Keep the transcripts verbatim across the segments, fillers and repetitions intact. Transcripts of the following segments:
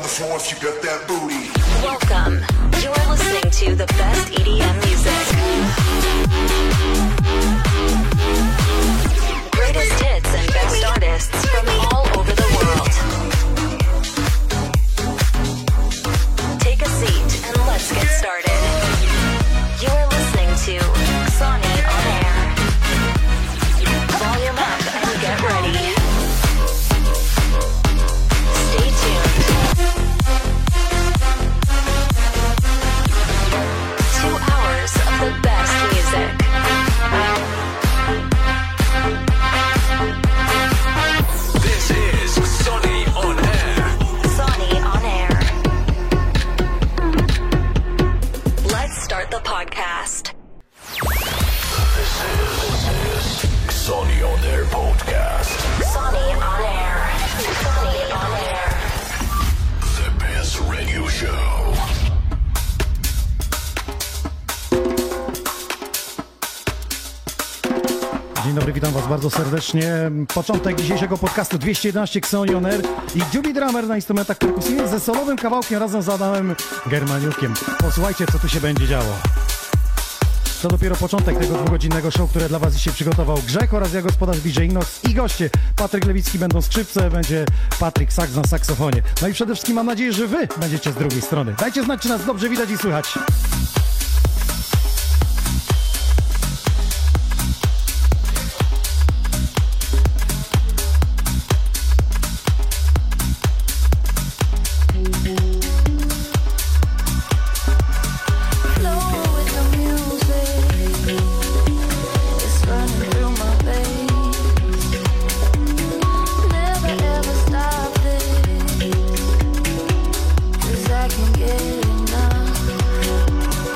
Welcome. You are listening to the best E D M music. Greatest hits and best artists from all over the world. Take a seat and let's get started. You are listening to Xoni on Air. Volume up and get ready. Stay tuned. Two hours of the best music. This is Xoni on Air. Xoni on Air. Let's start the podcast. This is Xoni on Air podcast. Xoni on Air. Xoni on Air. The best radio show. Dzień dobry, witam was bardzo serdecznie. Początek dzisiejszego podcastu dwieście jedenaście Xoni on Air i Jubi Drummer na instrumentach perkusyjnych ze solowym kawałkiem razem z Adamem Germaniukiem. Posłuchajcie, co tu się będzie działo. To dopiero początek tego dwugodzinnego show, które dla was dzisiaj przygotował Grzech oraz ja, gospodarz D J Inox i goście. Patryk Lewicki będą skrzypce, będzie Patryk Saks na saksofonie. No i przede wszystkim mam nadzieję, że wy będziecie z drugiej strony. Dajcie znać, czy nas dobrze widać i słychać. Cause I can get enough.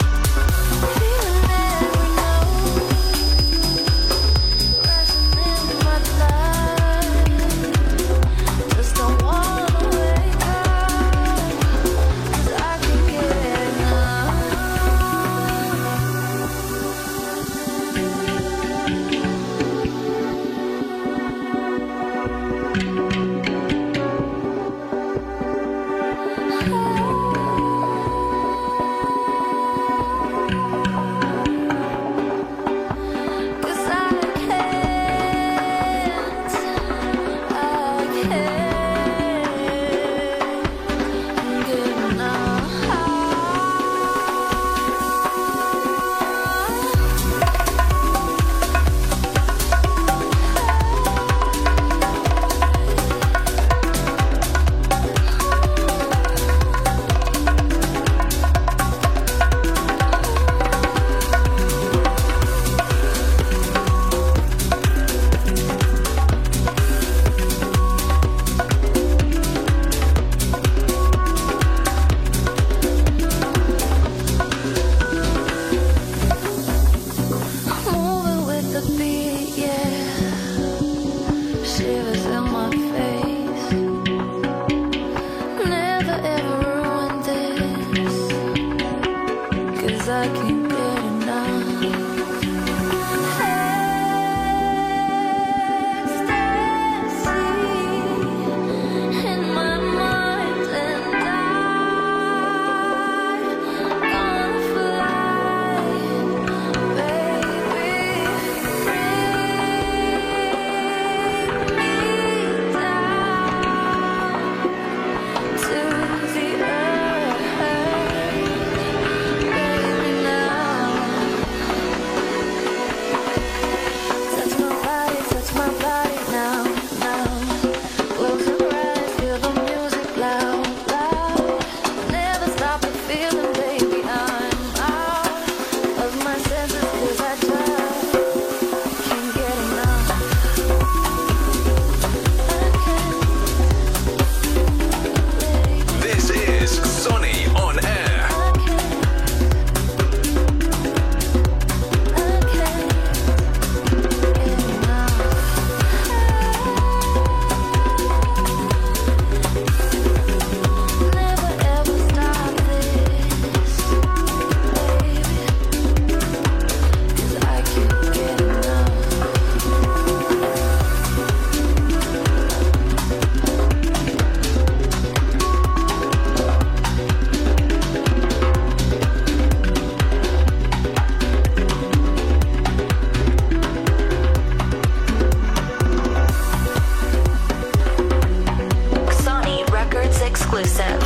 exclusive.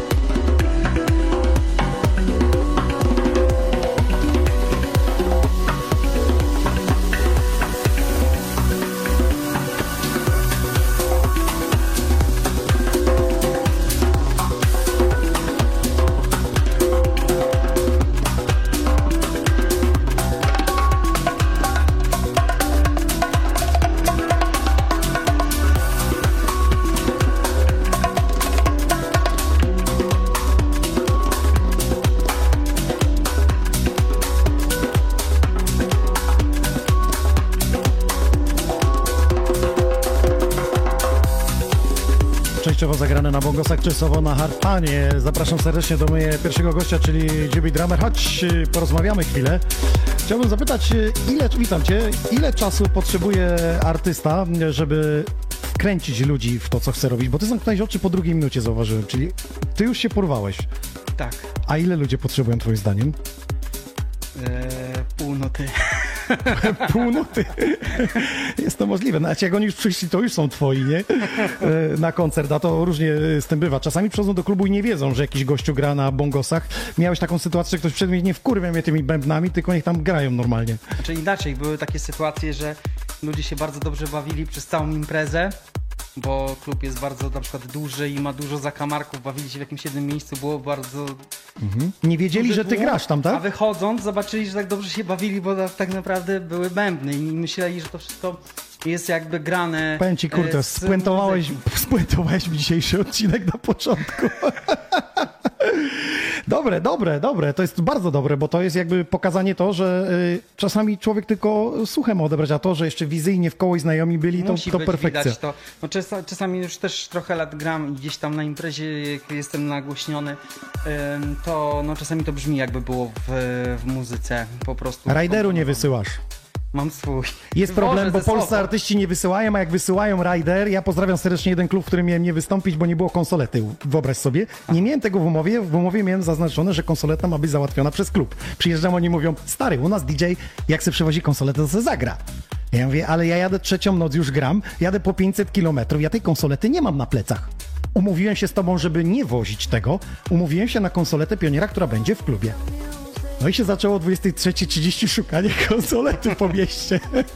Częściowo zagrane na bongosach, częściowo na harpanie. Zapraszam serdecznie do mojego pierwszego gościa, czyli Juby Drummer. Chodź, porozmawiamy chwilę. Chciałbym zapytać, ile, witam Cię, ile czasu potrzebuje artysta, żeby wkręcić ludzi w to, co chce robić? Bo Ty zamknąłeś oczy po drugiej minucie, zauważyłem, czyli Ty już się porwałeś. Tak. A ile ludzie potrzebują Twoim zdaniem? Eee, pół nuty. Pół nuty. Jest to możliwe. Znaczy, jak oni już przyszli, to już są twoi, nie? Na koncert, a to różnie z tym bywa. Czasami przychodzą do klubu i nie wiedzą, że jakiś gościu gra na bongosach. Miałeś taką sytuację, że ktoś przed mnie nie wkurwia mnie tymi bębnami, tylko niech tam grają normalnie. Znaczy inaczej, były takie sytuacje, że ludzie się bardzo dobrze bawili przez całą imprezę, bo klub jest bardzo na przykład duży i ma dużo zakamarków, bawili się w jakimś jednym miejscu, było bardzo... Mhm. Nie wiedzieli, duży że ty tłum, grasz tam, tak? A wychodząc zobaczyli, że tak dobrze się bawili, bo tak naprawdę były bębny i myśleli, że to wszystko jest jakby grane... Powiem ci, kurde, e, z spuentowałeś, muzyką. spuentowałeś mi dzisiejszy odcinek na początku. Dobre, dobre, dobre. To jest bardzo dobre, bo to jest jakby pokazanie to, że y, czasami człowiek tylko słuchem ma odebrać, a to, że jeszcze wizyjnie w koło i znajomi byli, to, Musi to być perfekcja. widać to. No, czas, czasami już też trochę lat gram i gdzieś tam na imprezie, jak jestem nagłośniony, ym, to no, czasami to brzmi jakby było w, w muzyce po prostu. Rajderu nie wysyłasz. Mam swój. Jest problem, Boże, bo ze polscy sobą. artyści nie wysyłają, a jak wysyłają rider, ja pozdrawiam serdecznie jeden klub, w którym miałem nie wystąpić, bo nie było konsolety. Wyobraź sobie. Nie miałem tego w umowie, w umowie miałem zaznaczone, że konsoleta ma być załatwiona przez klub. Przyjeżdżam, oni mówią, stary, u nas D J, jak se przywozi konsoletę, to se zagra. Ja mówię, ale ja jadę trzecią noc, już gram, jadę po pięćset kilometrów, ja tej konsolety nie mam na plecach. Umówiłem się z tobą, żeby nie wozić tego, umówiłem się na konsoletę Pioniera, która będzie w klubie. No i się zaczęło o dwudziestej trzeciej trzydzieści szukanie konsolety po mieście.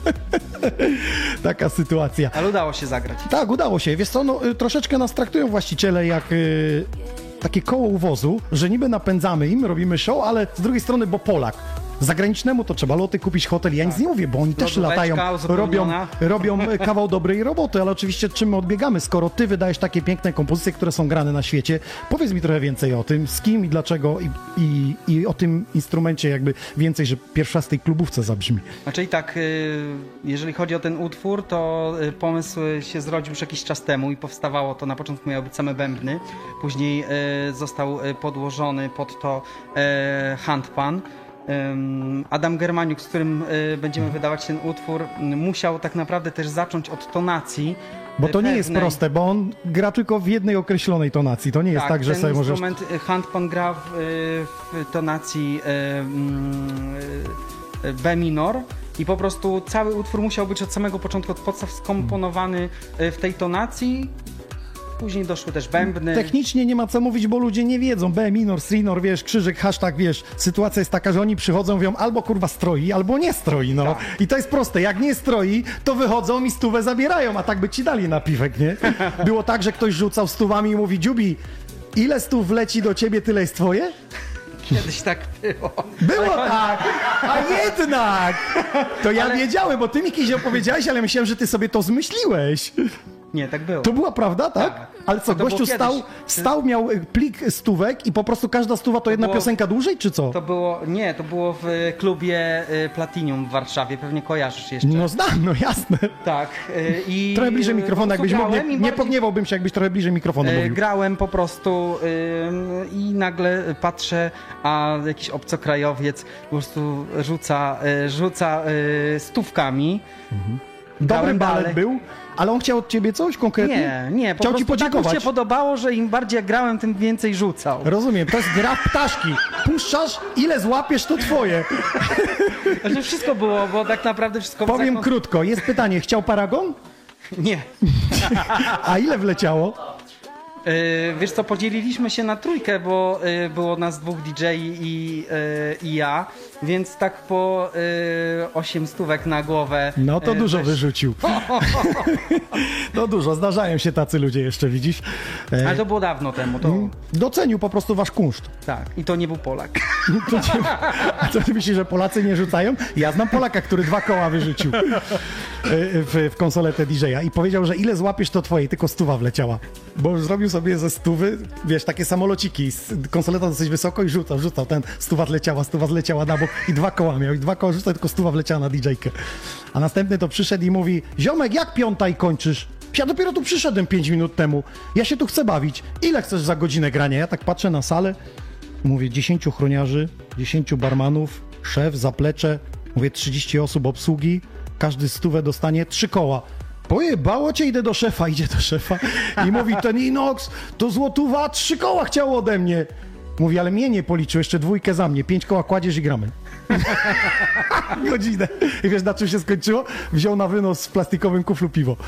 Taka sytuacja. Ale udało się zagrać. Tak, udało się. Wiesz co, no, y, troszeczkę nas traktują właściciele jak y, takie koło uwozu, że niby napędzamy im, robimy show, ale z drugiej strony, bo Polak. Zagranicznemu to trzeba loty kupić, hotel. Ja nic nie mówię, bo oni też Lodóweczka latają, uzupełniona. robią, robią kawał dobrej roboty, ale oczywiście czym my odbiegamy? Skoro ty wydajesz takie piękne kompozycje, które są grane na świecie, powiedz mi trochę więcej o tym, z kim i dlaczego i, i, i o tym instrumencie jakby więcej, że pierwsza z tej klubówce zabrzmi. Znaczy i tak, y, jeżeli chodzi o ten utwór, to y, pomysł się zrodził już jakiś czas temu i powstawało to, na początku miały być same bębny, później y, został y, podłożony pod to y, handpan. Adam Germaniuk, z którym y, będziemy wydawać ten utwór, y, musiał tak naprawdę też zacząć od tonacji. Bo to y, nie pewnej. jest proste, bo on gra tylko w jednej określonej tonacji. To nie jest tak, Tak, że ten sobie możesz... instrument y, handpan gra w, y, w tonacji y, y, y, B minor i po prostu cały utwór musiał być od samego początku, od podstaw skomponowany y, w tej tonacji. Później doszły też bębny. Technicznie nie ma co mówić, bo ludzie nie wiedzą. B minor, C minor, wiesz, krzyżyk, hashtag, wiesz. Sytuacja jest taka, że oni przychodzą, mówią albo kurwa stroi, albo nie stroi, no. Tak. I to jest proste. Jak nie stroi, to wychodzą i stówę zabierają, a tak by ci dali na piwek, nie? Było tak, że ktoś rzucał stówami i mówi, Dziubi, ile stów leci do ciebie, tyle jest twoje? Kiedyś tak było. Było tak, a jednak! To ja Ale- wiedziałem, bo ty mi kiedyś opowiedziałeś, ale myślałem, że ty sobie to zmyśliłeś. Nie, tak było. To była prawda, tak? Tak. Ale co, To było gościu stał, kiedyś. stał, miał y, plik stówek i po prostu każda stuwa to jedna było- piosenka dłużej, czy co? To było, nie, to było w klubie y, Platinum w Warszawie, pewnie kojarzysz jeszcze. No znam, no jasne. Tak. y, I Trochę bliżej y, mikrofonu, po jakbyś prostu mógł, nie, grałem i nie bardziej- pogniewałbym się, jakbyś trochę bliżej mikrofonu y, mówił. Grałem po prostu y, i nagle patrzę, a jakiś obcokrajowiec po prostu rzuca, y, rzuca y, stówkami. Dobry grałem balet dalej. był, ale on chciał od ciebie coś konkretnie? Nie, nie, po Chciał ci prostu tak mu podziękować. się podobało, że im bardziej jak grałem, tym więcej rzucał. Rozumiem, to jest gra w ptaszki. Puszczasz, ile złapiesz, to twoje. Znaczy wszystko było, bo tak naprawdę wszystko... Powiem zakon- krótko, jest pytanie, chciał paragon? Nie. A ile wleciało? Yy, wiesz co, podzieliliśmy się na trójkę, bo yy, było nas dwóch D J i, yy, i ja, więc tak po yy, osiem stówek na głowę. No to yy, dużo też... wyrzucił. No dużo, zdarzają się tacy ludzie jeszcze, widzisz? E, Ale to było dawno temu. To... Docenił po prostu wasz kunszt. Tak, i to nie był Polak. To ci, a co ty myślisz, że Polacy nie rzucają? Ja znam Polaka, który dwa koła wyrzucił e, w, w konsoletę D J a i powiedział, że ile złapiesz, to twoje, tylko stuwa wleciała. Bo już zrobił sobie ze stówy, wiesz, takie samolociki, konsoleta dosyć wysoko i rzucał, rzucał, ten stuwa zleciała, stuwa zleciała na bok i dwa koła miał i dwa koła rzucał, tylko stuwa wleciała na D J-kę. A następny to przyszedł i mówi: ziomek, jak piąta i kończysz? Ja dopiero tu przyszedłem pięć minut temu, ja się tu chcę bawić. Ile chcesz za godzinę grania? Ja tak patrzę na salę, mówię: dziesięciu chroniarzy, dziesięciu barmanów, szef, zaplecze, mówię: trzydzieści osób obsługi, każdy stówę dostanie, trzy koła. Pojebało cię, idę do szefa, idzie do szefa i mówi: ten Inox, to złotówa, trzy koła chciało ode mnie. Mówi: ale mnie nie policzył, jeszcze dwójkę za mnie, pięć koła kładziesz i gramy. Godzinę. I wiesz, na czym się skończyło? Wziął na wynos w plastikowym kuflu piwo.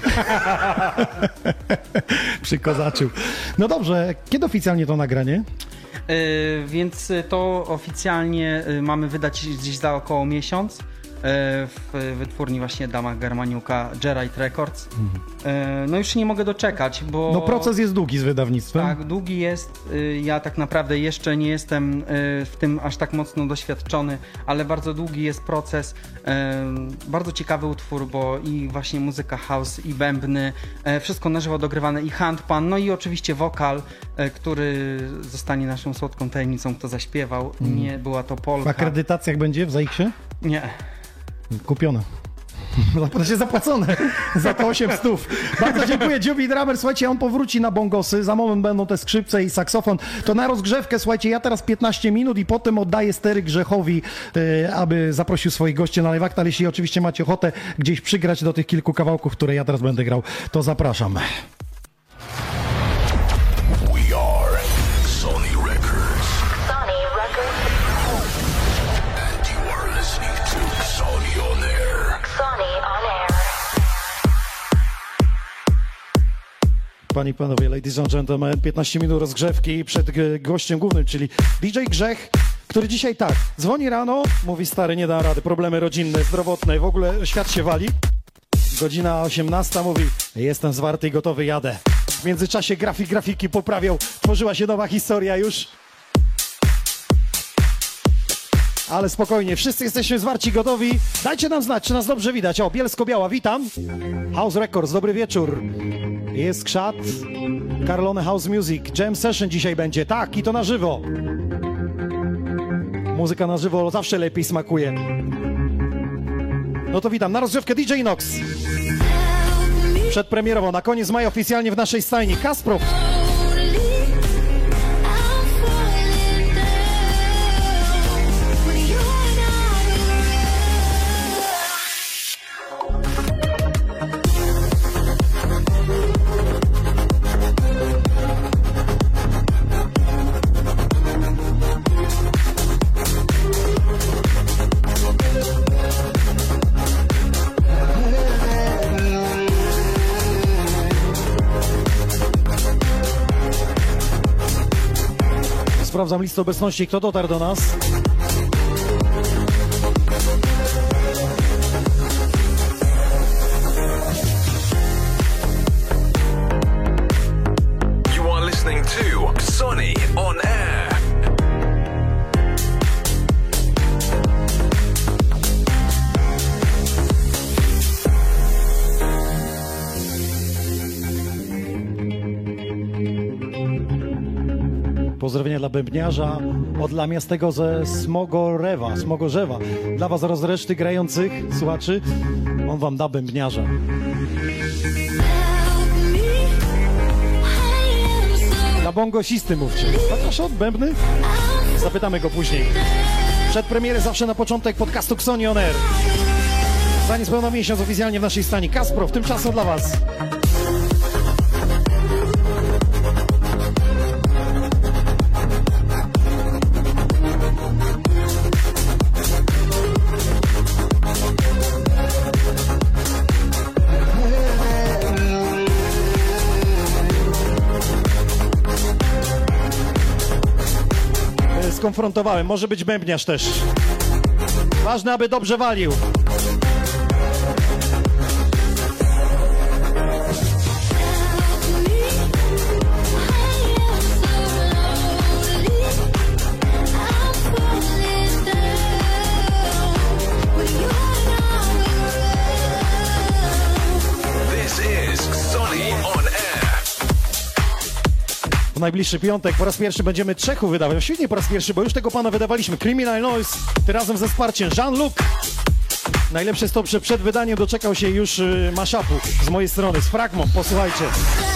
Przykozaczył. No dobrze, kiedy oficjalnie to nagranie? Yy, więc to oficjalnie yy, mamy wydać gdzieś za około miesiąc. W wytwórni właśnie Dama Germaniuka, Gerite Records. Mhm. No już nie mogę doczekać, bo... No proces jest długi z wydawnictwem. Tak, długi jest. Ja tak naprawdę jeszcze nie jestem w tym aż tak mocno doświadczony, ale bardzo długi jest proces. Bardzo ciekawy utwór, bo i właśnie muzyka house, i bębny, wszystko na żywo dogrywane, i handpan, no i oczywiście wokal, który zostanie naszą słodką tajemnicą, kto zaśpiewał. Mhm. Nie była to Polka. W akredytacjach będzie w Zaiksie? Nie. Kupione. Znaczy zapłacone za to osiem stów. Bardzo dziękuję, Jubi Drummer. Słuchajcie, on powróci na bongosy. Za moment będą te skrzypce i saksofon. To na rozgrzewkę, słuchajcie, ja teraz piętnaście minut i potem oddaję stery Grzechowi, yy, aby zaprosił swoich gości na live act, ale jeśli oczywiście macie ochotę gdzieś przygrać do tych kilku kawałków, które ja teraz będę grał, to zapraszam. We are Sony Records. Sony Records. And you are listening to Sony On Air. Sony on air. Panie i panowie, ladies and gentlemen, piętnaście minut rozgrzewki przed g- gościem głównym, czyli D J Grzech, który dzisiaj tak, dzwoni rano, mówi: stary, nie dam rady, problemy rodzinne, zdrowotne, w ogóle świat się wali. Godzina osiemnasta, mówi: jestem zwarty i gotowy, jadę. W międzyczasie grafik grafiki poprawiał, tworzyła się nowa historia już. Ale spokojnie, wszyscy jesteśmy zwarci, gotowi. Dajcie nam znać, czy nas dobrze widać. O, Bielsko-Biała, witam. House Records, dobry wieczór. Jest Krzat, Carlone House Music, Jam Session dzisiaj będzie. Tak, i to na żywo. Muzyka na żywo zawsze lepiej smakuje. No to witam, na rozgrzewkę D J Inox. Przedpremierowo, na koniec maja oficjalnie w naszej stajni. Kasprow. Sprawdzam listę obecności, kto dotarł do nas. You are listening to Sony On Air. Pozdrowienia dla bębniarza od Lamiastego ze Smogorewa, Smogorzewa. Dla was oraz reszty grających słuchaczy, on wam da bębniarza. Na bongosisty mówcie. Chociaż od bębny? Zapytamy go później. Przed premiery zawsze na początek podcastu Sony On Air. Za niespełna miesiąc oficjalnie w naszej stanie. Kasprow, tymczasem dla was. skonfrontowałem. Może być bębniarz też. Ważne, aby dobrze walił. W najbliższy piątek po raz pierwszy będziemy Czechów wydawać. Świetnie po raz pierwszy, bo już tego pana wydawaliśmy. Criminal Noise, ty razem ze wsparciem Jean-Luc. Najlepsze jest to, że przed wydaniem doczekał się już y, mashupu z mojej strony, z Fragmą. Posłuchajcie.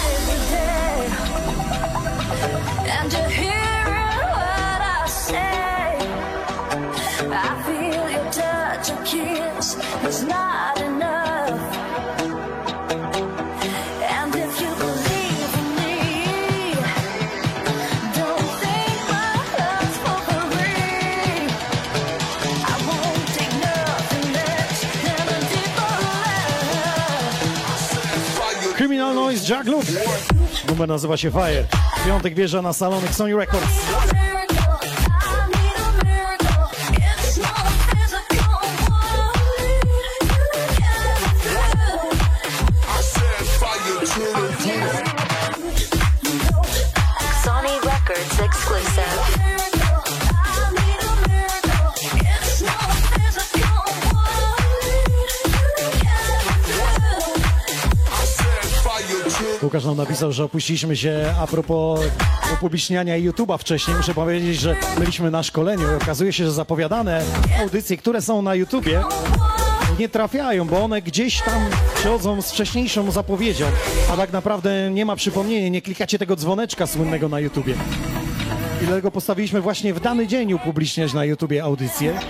Criminal Noise, Jean-Luc. Numer nazywa się Fire. W piątek wjeżdża na salonek Sony Records. Sony Records exclusive. Łukasz nam napisał, że opuściliśmy się a propos upubliczniania YouTube'a wcześniej. Muszę powiedzieć, że byliśmy na szkoleniu i okazuje się, że zapowiadane audycje, które są na YouTubie, nie trafiają, bo one gdzieś tam przychodzą z wcześniejszą zapowiedzią, a tak naprawdę nie ma przypomnienia, nie klikacie tego dzwoneczka słynnego na YouTubie. I dlatego postawiliśmy właśnie w dany dzień upubliczniać na YouTubie audycję.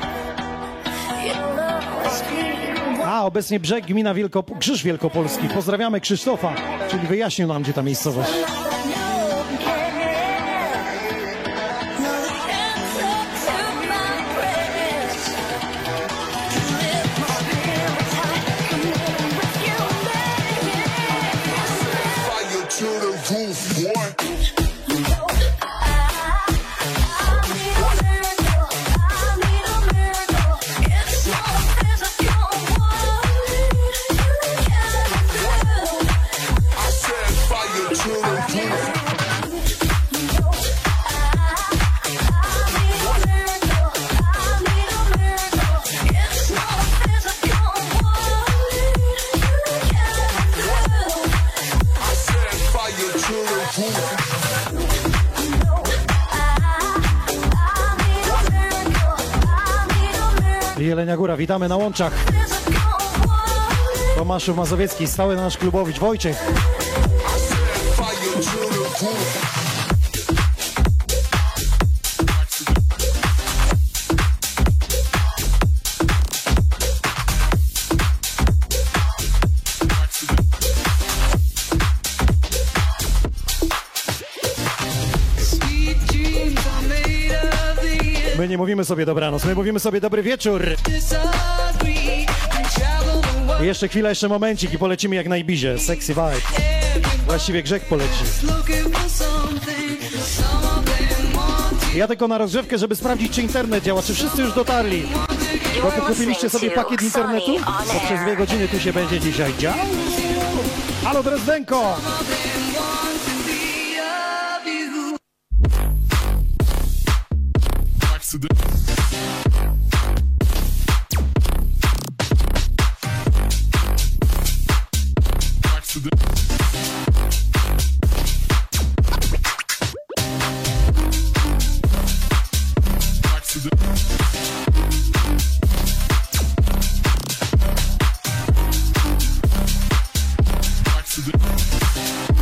A, obecnie Brzeg, gmina Wielkop- Krzyż Wielkopolski. Pozdrawiamy Krzysztofa, czyli wyjaśnił nam, gdzie ta miejscowość. Jelenia Góra, witamy na Łączach. Tomaszów Mazowiecki, stały nasz klubowicz, Wojciech. My nie mówimy sobie dobranoc, my mówimy sobie dobry wieczór. I jeszcze chwila, jeszcze momencik i polecimy jak na Ibizie. Sexy vibe. Właściwie Grzech poleci. Ja tylko na rozgrzewkę, żeby sprawdzić, czy internet działa, czy wszyscy już dotarli. Bo kupiliście sobie pakiet internetu? Bo przez dwie godziny tu się będzie dzisiaj działo. Halo Drezdenko! Back to the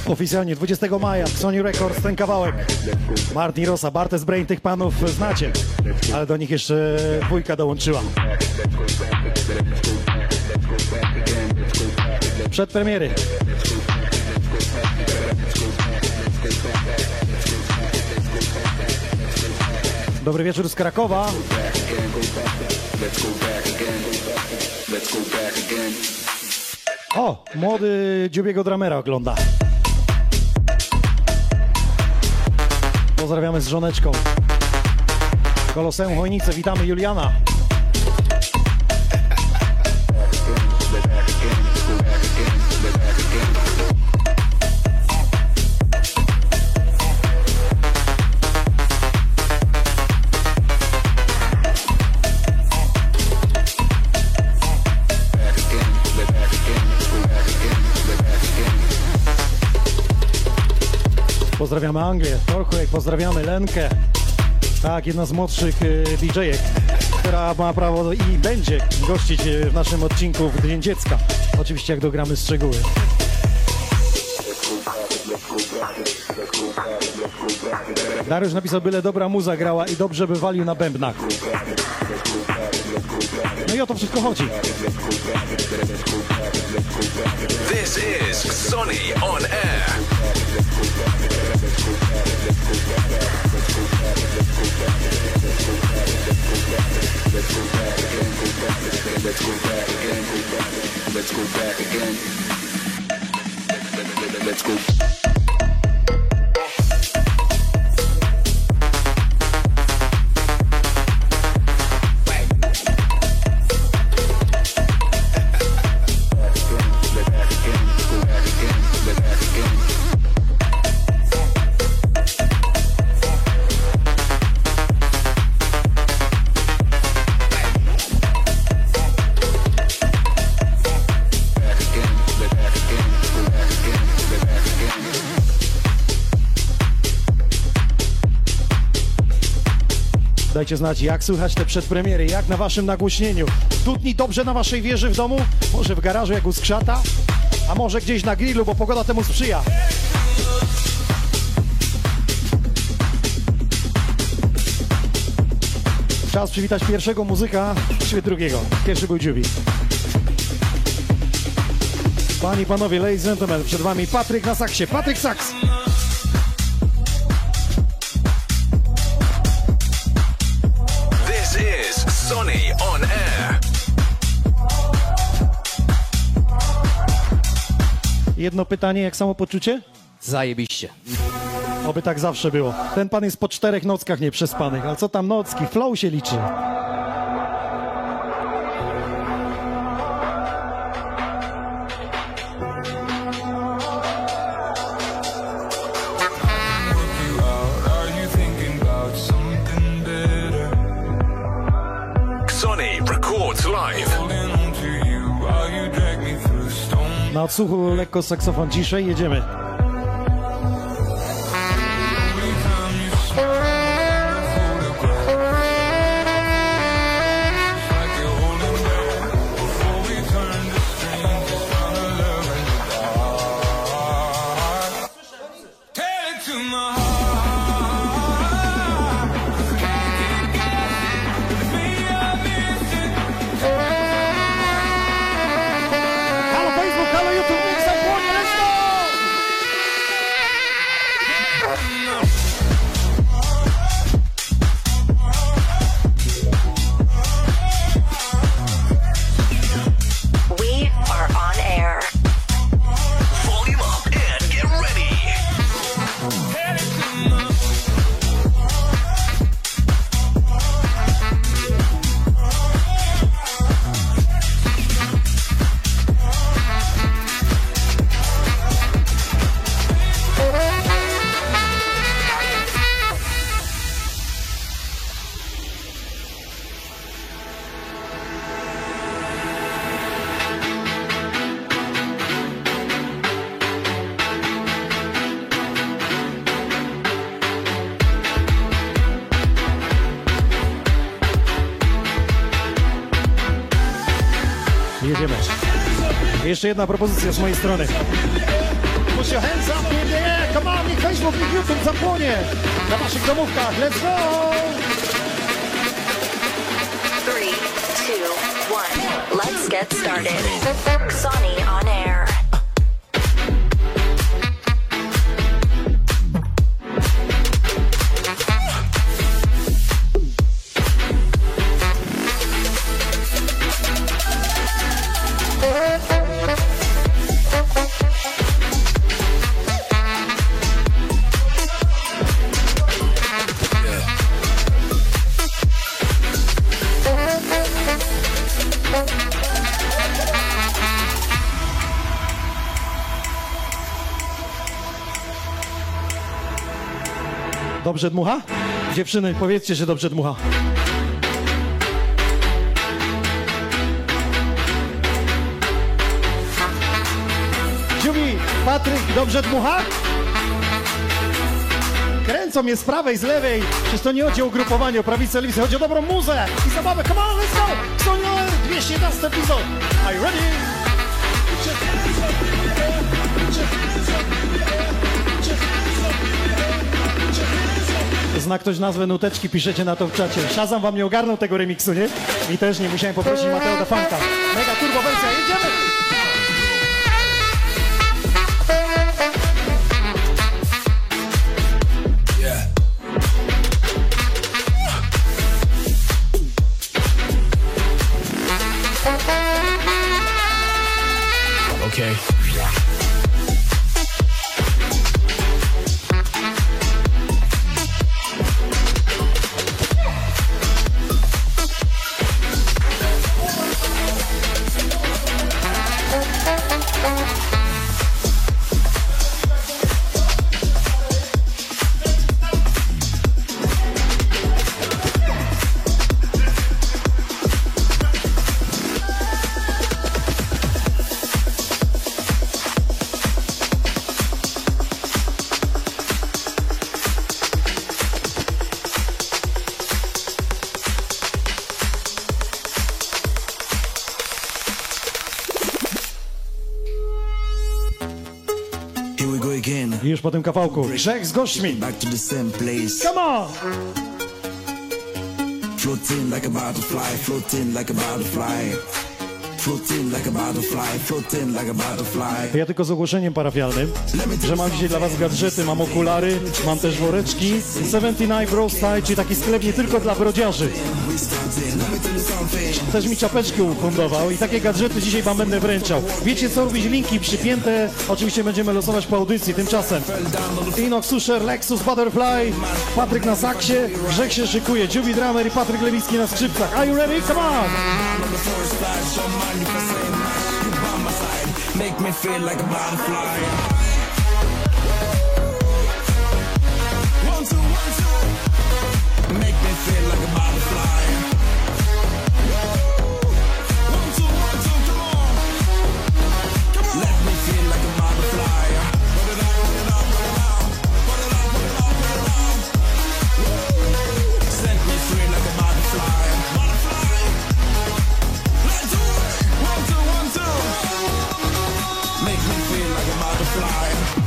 Oficjalnie dwudziestego maja w Sony Records ten kawałek. Martin Rosa, Bartes Brain, tych panów znacie, ale do nich jeszcze dwójka dołączyła. Przed premiery. Dobry wieczór z Krakowa. O, młody Dziubiego Dramera ogląda. Pozdrawiamy z żoneczką. Koloseum Chojnice, witamy Juliana. Pozdrawiamy Anglię, Torchway, pozdrawiamy Lenkę. Tak, jedna z młodszych y, D J-ek, która ma prawo i będzie gościć w naszym odcinku w Dzień Dziecka. Oczywiście jak dogramy szczegóły. Dariusz napisał, byle dobra muza grała i dobrze by walił na bębnach. No i o to wszystko chodzi. This is Sony on Air. Let's go back again. Let's go back again. Let's go. Dajcie znać, jak słychać te przedpremiery, jak na waszym nagłośnieniu. Dudni dobrze na waszej wieży w domu? Może w garażu jak u skrzata? A może gdzieś na grillu, bo pogoda temu sprzyja. Czas przywitać pierwszego muzyka, właściwie drugiego. Pierwszy był Dziubi. Panie i panowie, ladies and gentlemen, przed wami Patryk na saksie. Patryk Saks! Sony on Air. Jedno pytanie, jak samopoczucie? Zajebiście. Oby tak zawsze było. Ten pan jest po czterech nockach nieprzespanych, ale co tam nocki? Flow się liczy. Na odsłuchu lekko saksofon ciszej, jedziemy. Jedziemy. Jeszcze jedna propozycja z mojej strony. Put your hands up in the air. Come on, niech Facebook i YouTube zapłonie na waszych domówkach. Let's go! Three, two, one. Let's get started. Sonny on air. Dobrze dmucha? Dziewczyny, powiedzcie, że dobrze dmucha. Dziubi, Patryk, dobrze dmucha? Kręcą mnie z prawej, z lewej. Przecież to nie chodzi o ugrupowanie, o prawicę, lewicę. Chodzi o dobrą muzę i zabawę. Come on, let's go! Sonny on Air, dwieście jedenasty epizod. Are you ready? Zna ktoś nazwę nuteczki, piszecie na to w czacie. Shazam wam nie ogarnął tego remiksu, nie? I też nie, musiałem poprosić Mateo da Fanka. Mega turbo wersja, jedziemy! Okay. I już po tym kawałku Grzech z gośćmi. Come on! Floating like a butterfly, floating like a butterfly. Floating like a butterfly, floating like a butterfly. Ja tylko z ogłoszeniem parafialnym, że mam dzisiaj dla was gadżety, mam okulary, mam też woreczki. siedemdziesiąt dziewięć Bro Style, czyli taki sklep nie tylko dla brodziarzy. Też mi czapeczki ufundował i takie gadżety dzisiaj wam będę wręczał. Wiecie co robić? Linki przypięte. Oczywiście będziemy losować po audycji. Tymczasem Inox Usher, Lexus, Butterfly, Patryk na saksie, Grzech się szykuje, Jubi Drummer i Patryk Lewicki na skrzypcach. Are you ready? Come on! Make me feel like a butterfly. One, two, one, two. Make me feel like a butterfly. One, two, one, two, come on. Come on. Let me feel like a butterfly. Put it out, put it out, put it out. Put it out, put it out, put it out. Woo. Set me free like a butterfly. Butterfly. Let's do it. One, two, one, two. Make me feel like a butterfly.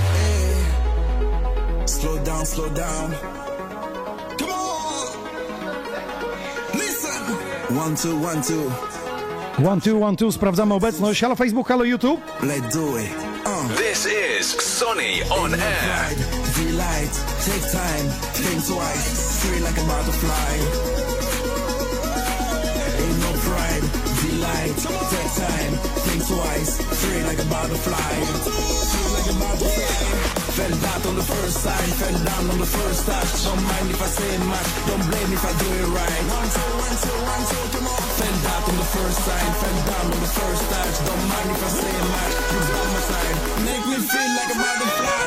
Hey. Slow down, slow down. Come on. Listen. One, two, one, two. One, two, one, two. Sprawdzamy obecność. Halo Facebook, halo YouTube. Let's do it. Uh. This is Sonny on Air. Delight, take time, think twice, free like a butterfly. Ain't no pride, delight, take time, think twice, free like a butterfly. Free like a butterfly. Fell out on the first sign, fell down on the first touch. Don't mind if I say much, don't blame if I do it right. One, two, one, two, one, two, come on. Fell out on the first sign, fell down on the first touch. Don't mind if I say much, you by my side. Make me feel like a butterfly.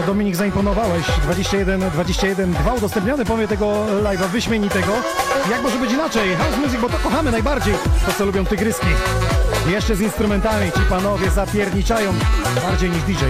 Dominik, zaimponowałeś. dwadzieścia jeden dwadzieścia jeden dwa udostępniony pomimo tego live'a wyśmienitego. Jak może być inaczej? House music, bo to kochamy najbardziej. To, co lubią tygryski. Jeszcze z instrumentami. Ci panowie zapierniczają bardziej niż D J.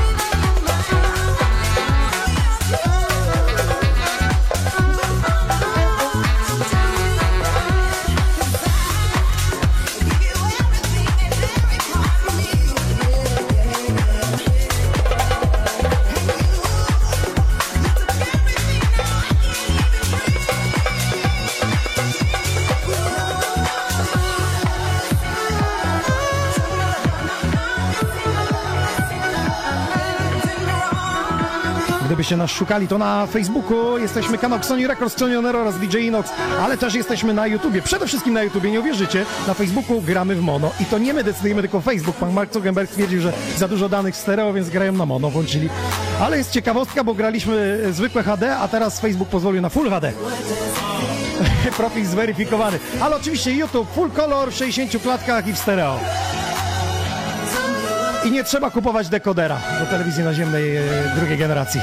Gdybyście nas szukali, to na Facebooku jesteśmy kanał Xoni Records, Xoni On Air oraz D J Inox, ale też jesteśmy na YouTubie. Przede wszystkim na YouTubie, nie uwierzycie, na Facebooku gramy w mono. I to nie my decydujemy, tylko Facebook. Pan Mark Zuckerberg stwierdził, że za dużo danych w stereo, więc grają na mono, włączyli. Ale jest ciekawostka, bo graliśmy zwykłe H D, a teraz Facebook pozwolił na Full H D. Profil zweryfikowany. Ale oczywiście YouTube, full color w sześćdziesięciu klatkach i w stereo. I nie trzeba kupować dekodera do telewizji naziemnej e, drugiej generacji.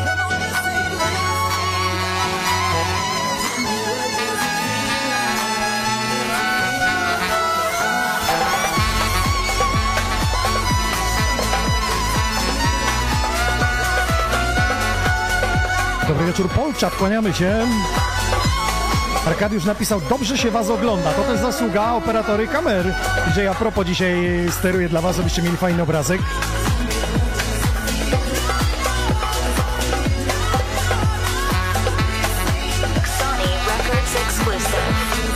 Dobry wieczór, Polczat, kłaniamy się. Arkadiusz napisał, dobrze się was ogląda. To też zasługa operatory kamer. D J a propos dzisiaj steruje dla was, żebyście mieli fajny obrazek. Sony Records exclusive.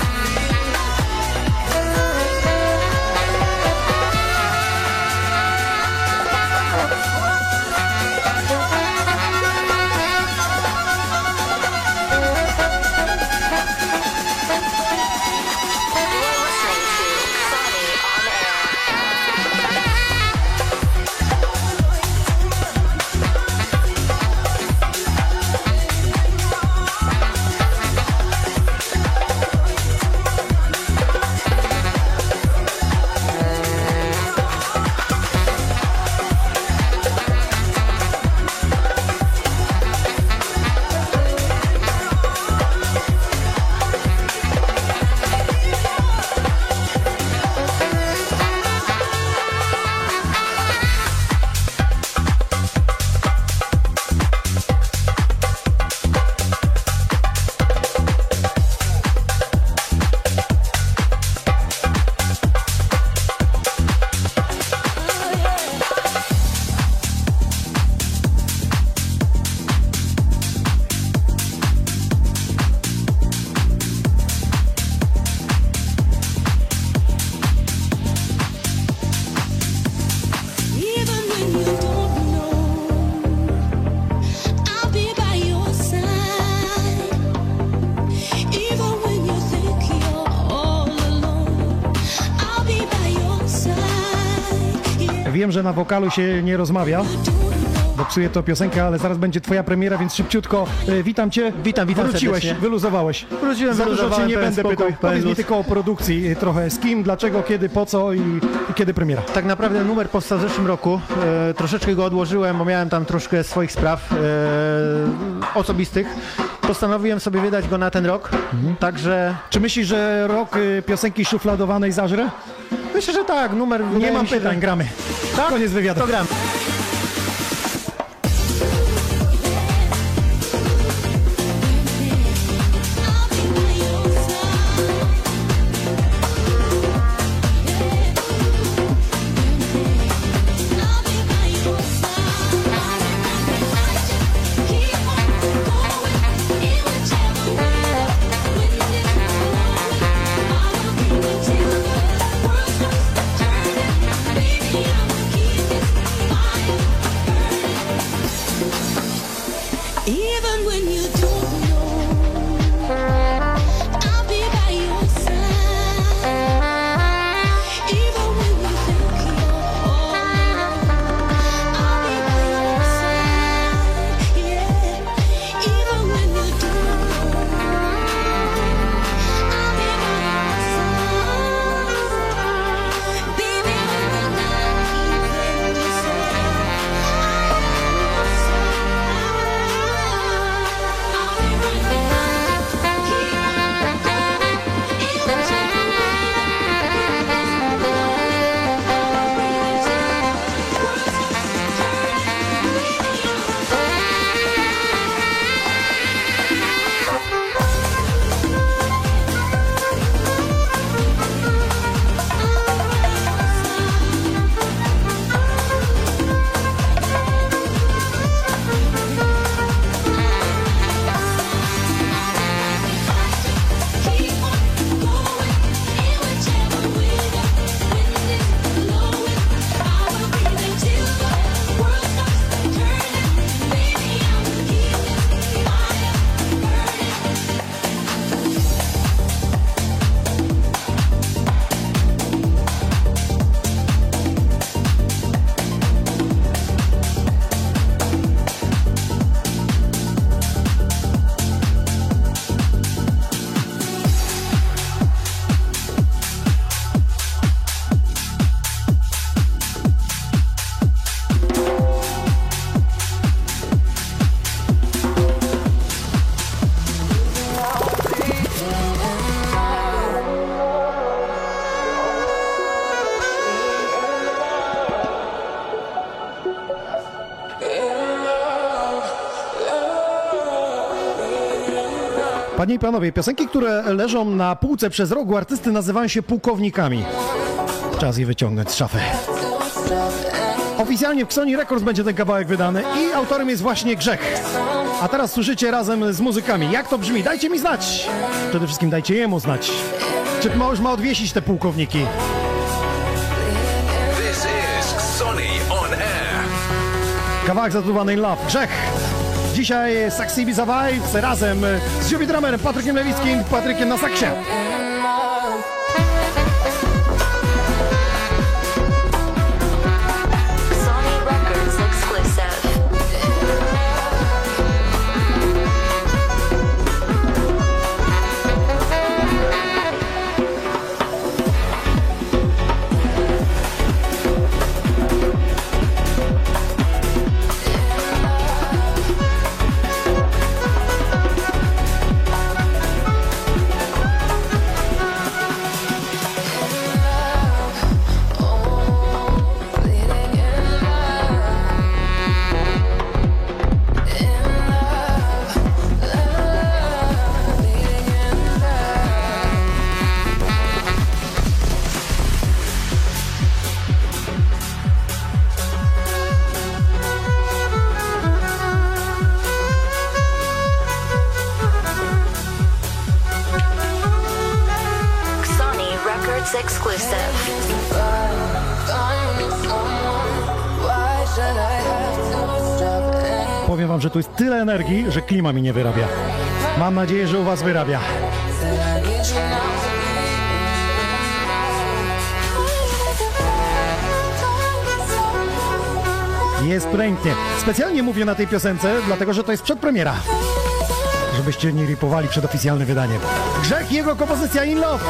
Wiem, że na wokalu się nie rozmawia, bo psuje to piosenkę, ale zaraz będzie twoja premiera, więc szybciutko. E, witam cię. Witam, witam Wróciłeś, serdecznie. wyluzowałeś. Wróciłem, Za dużo cię wyluzowałem, nie pełen będę spokój, pytał. pełen Powiedz mi luz. tylko o produkcji e, trochę. Z kim, dlaczego, kiedy, po co i, i kiedy premiera. Tak naprawdę numer powstał w zeszłym roku. E, troszeczkę go odłożyłem, bo miałem tam troszkę swoich spraw e, osobistych. Postanowiłem sobie wydać go na ten rok, mhm. Także... Czy myślisz, że rok y, piosenki szufladowanej zażre? Myślę, że tak, numer... Nie mam się, pytań, że... gramy. Tak? Koniec wywiadu. To gram. Panie i panowie, piosenki, które leżą na półce przez rok u artysty, nazywają się pułkownikami. Czas je wyciągnąć z szafy. Oficjalnie w Sony Records będzie ten kawałek wydany i autorem jest właśnie Grzech. A teraz słyszycie razem z muzykami. Jak to brzmi? Dajcie mi znać! Przede wszystkim dajcie jemu znać. Czy mąż ma odwiesić te pułkowniki? This is Sony on Air. Kawałek zatytułowany In Love. Grzech. Dzisiaj Saxy Ibiza Vibes razem z Jubi Dramerem, Patrykiem Lewickim, Patrykiem na saksie. Sony Records exclusive. Exclusive. Powiem wam, że tu jest tyle energii, że klima mi nie wyrabia. Mam nadzieję, że u was wyrabia. Jest pięknie. Specjalnie mówię na tej piosence, dlatego że to jest przedpremiera. Żebyście nie ripowali przed oficjalnym wydaniem. Grzech i jego kompozycja In Love.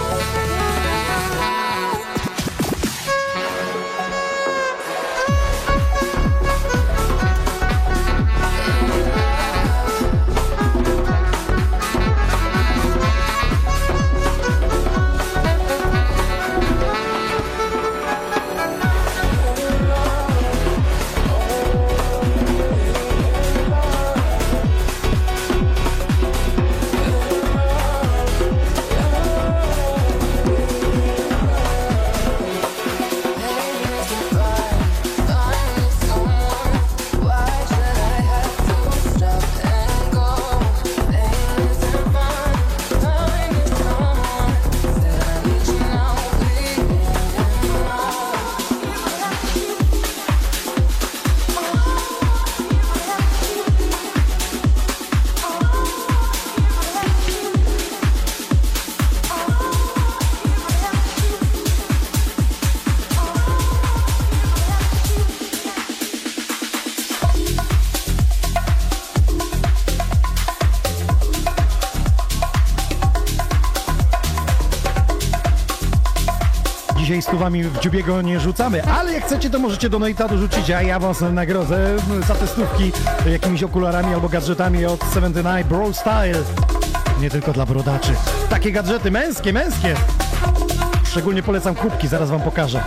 Dzisiaj stówami w dziubiego nie rzucamy, ale jak chcecie, to możecie do Noita dorzucić, a ja was nagrodzę za te stówki jakimiś okularami albo gadżetami od siedemdziesiąt dziewięć Bro Style. Nie tylko dla brodaczy. Takie gadżety męskie, męskie. Szczególnie polecam kubki, zaraz wam pokażę.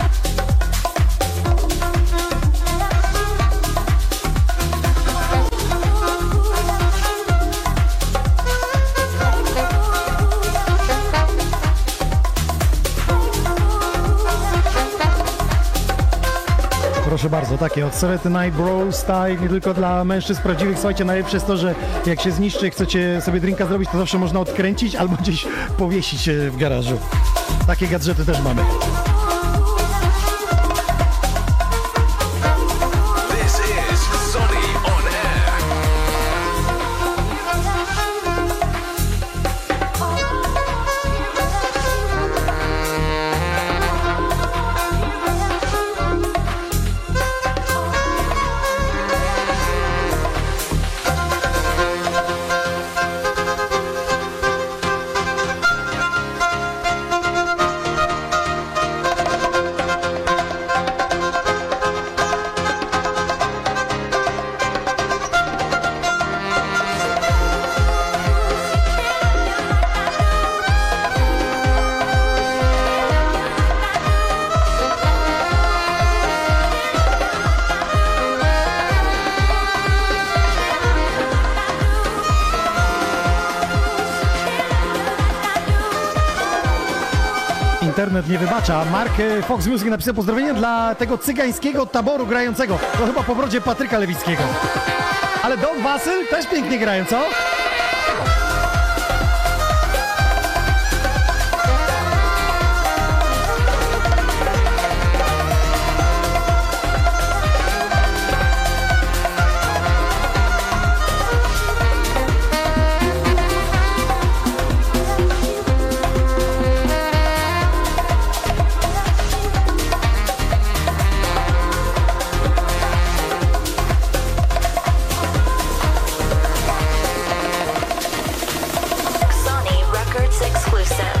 Proszę bardzo, takie od siedemdziesiąt dziewięć Bro Style, nie tylko dla mężczyzn prawdziwych. Słuchajcie, najlepsze jest to, że jak się zniszczy, chcecie sobie drinka zrobić, to zawsze można odkręcić albo gdzieś powiesić w garażu. Takie gadżety też mamy. This is Sony on Air. internet nie wybacza. Mark e, Fox Music napisał pozdrowienie dla tego cygańskiego taboru grającego. To chyba po brodzie Patryka Lewickiego. Ale Don Wasyl też pięknie grają, co? Sony Records exclusive.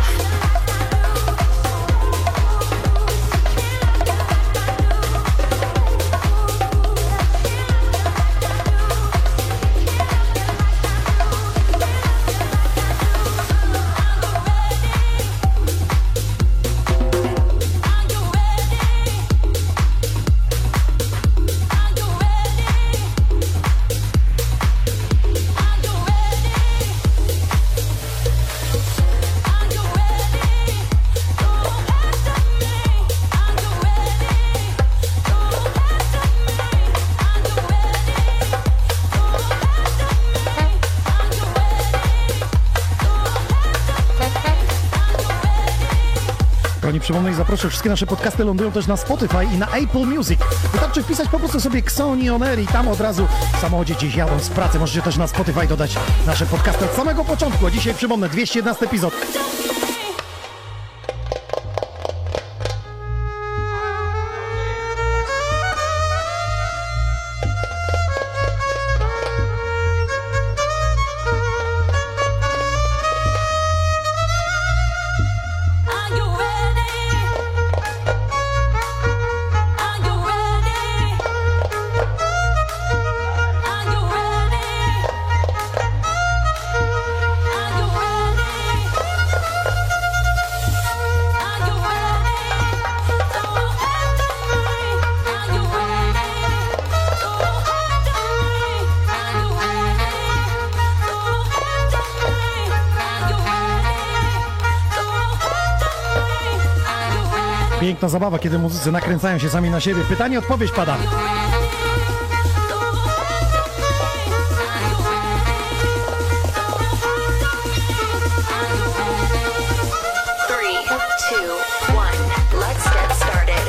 Pani przypomnę i zaproszę, wszystkie nasze podcasty lądują też na Spotify i na Apple Music. Wystarczy wpisać po prostu sobie Xoni On Air i tam od razu w samochodzie gdzieś jadąc z pracy możecie też na Spotify dodać nasze podcasty od samego początku. A dzisiaj przypomnę, dwieście jedenasty epizod. Are you ready? Are you ready? Are you ready? Are you ready? Are you ready? Don't have to worry. Are you ready? Don't have to worry. Are you ready? Don't have to worry. Are you ready? Don't have to worry. Are you ready? Piękna zabawa, kiedy muzycy nakręcają się sami na siebie. Pytanie, odpowiedź pada. Three, two, one. Let's get started.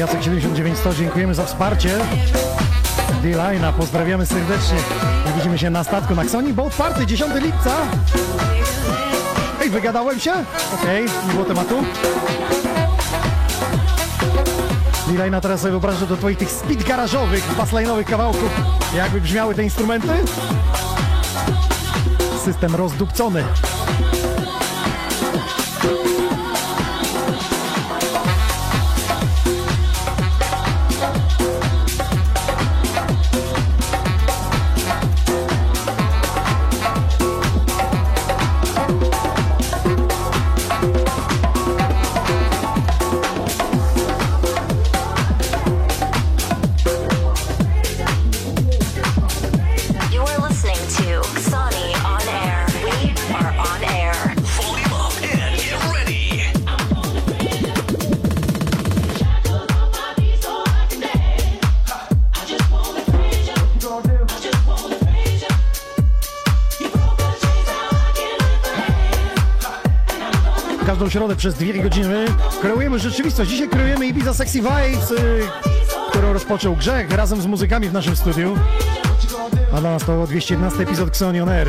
Jacek siedemdziesiąt dziewięć sto, dziękujemy za wsparcie. D-Line'a, pozdrawiamy serdecznie. I widzimy się na statku na Xoni Boat Party, dziesiątego lipca. Ej, wygadałem się? Okej, okay, nie było tematu. D-Line'a, teraz sobie wyobrażę do twoich tych speed garażowych, bassline'owych kawałków. Jakby brzmiały te instrumenty? System rozdupcony. Każdą środę przez dwie godziny kreujemy rzeczywistość. Dzisiaj kreujemy Ibiza Sexy Vibes, yy, którą rozpoczął Grzech razem z muzykami w naszym studiu. A dla nas to dwieście jedenasty epizod Xoni On Air.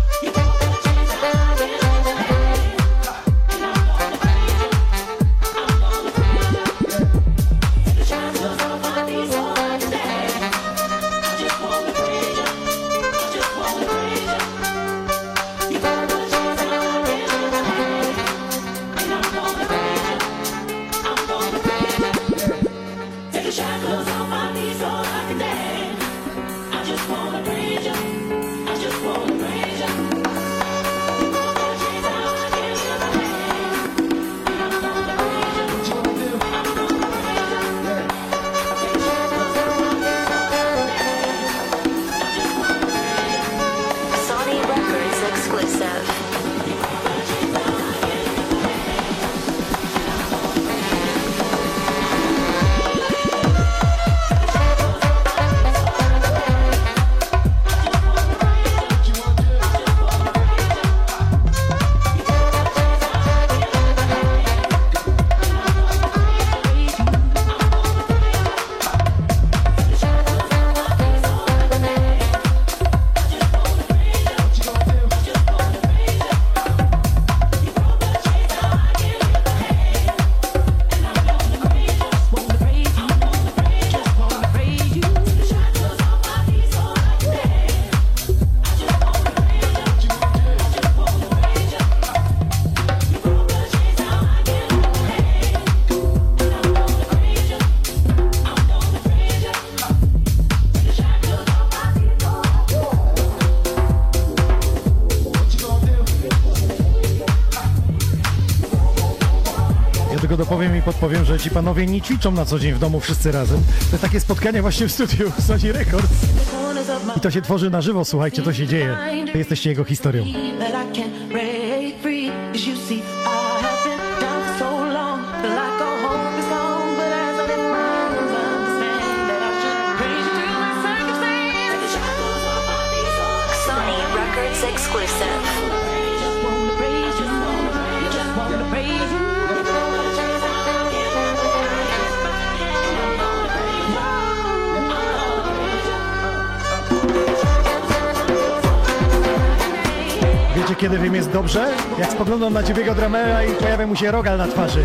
Dopowiem i podpowiem, że ci panowie nie ćwiczą na co dzień w domu wszyscy razem. To takie spotkania właśnie w studiu Sony Records. I to się tworzy na żywo, słuchajcie, to się dzieje. Wy jesteście jego historią. Sony Records exclusive. Wiecie, kiedy wiem jest dobrze? Jak spoglądam na ciebie dramera i pojawia mu się rogal na twarzy.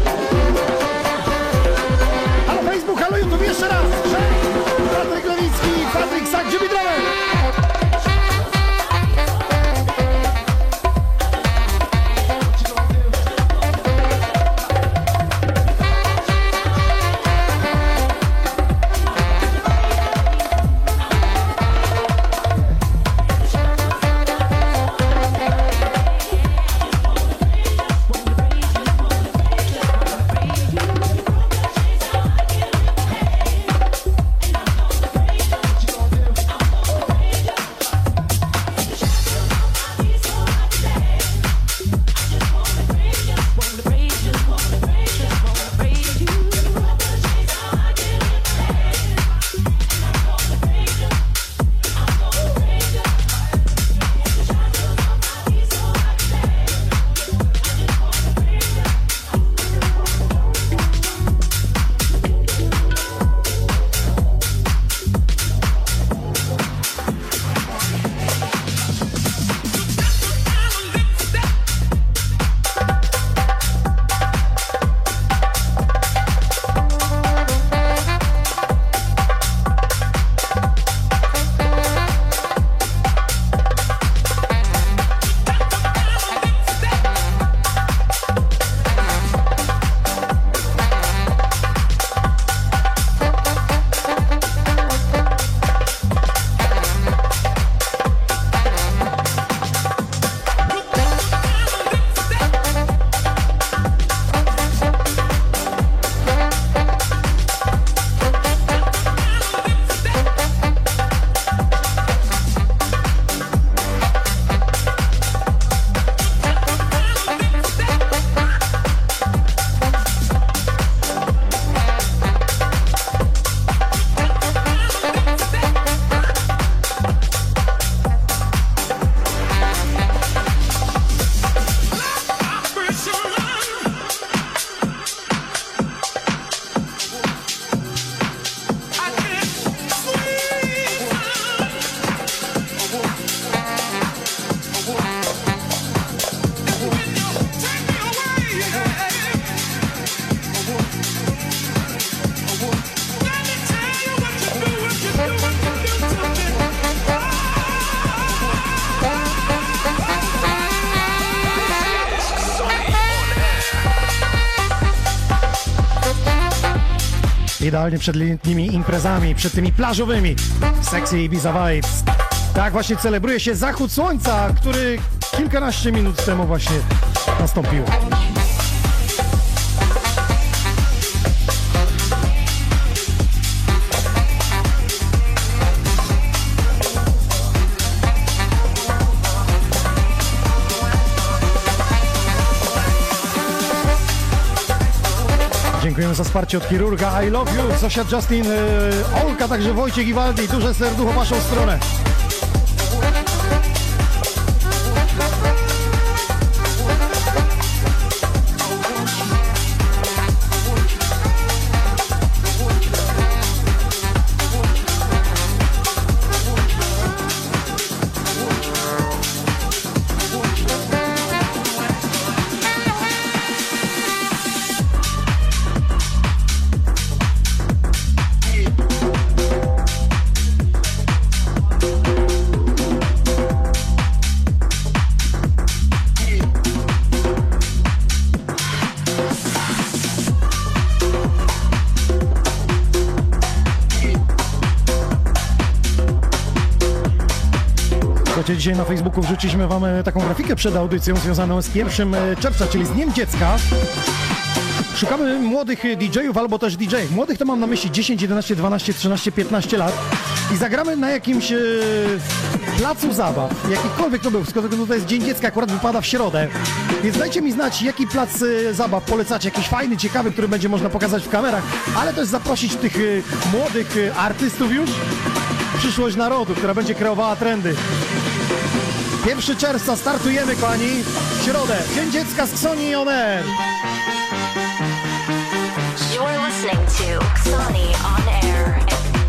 Halo Facebook, halo YouTube, jeszcze raz! Cześć! Patryk Lewicki, Patryk Sak, Jubi Dramer! Idealnie przed letnimi imprezami, przed tymi plażowymi. Sexy Ibiza Vibes. Tak właśnie celebruje się zachód słońca, który kilkanaście minut temu właśnie nastąpił. Dziękujemy za wsparcie od chirurga. I love you. Zosia, Justin, yy, Olka, także Wojciech i Waldi. Duże serducho w waszą stronę. Dzisiaj na Facebooku wrzuciliśmy wam taką grafikę przed audycją związaną z pierwszym czerwca, czyli z Dniem Dziecka. Szukamy młodych D J ów albo też D J. Młodych to mam na myśli dziesięć, jedenaście, dwanaście, trzynaście, piętnaście lat i zagramy na jakimś e, placu zabaw, jakikolwiek to był, tylko to jest Dzień Dziecka, akurat wypada w środę. Więc dajcie mi znać, jaki plac e, zabaw polecacie, jakiś fajny, ciekawy, który będzie można pokazać w kamerach, ale też zaprosić tych e, młodych e, artystów już. Przyszłość narodu, która będzie kreowała trendy. pierwszego czerwca startujemy, kochani, w środę. Dzień Dziecka z Xoni On Air. You're listening to Xoni On Air.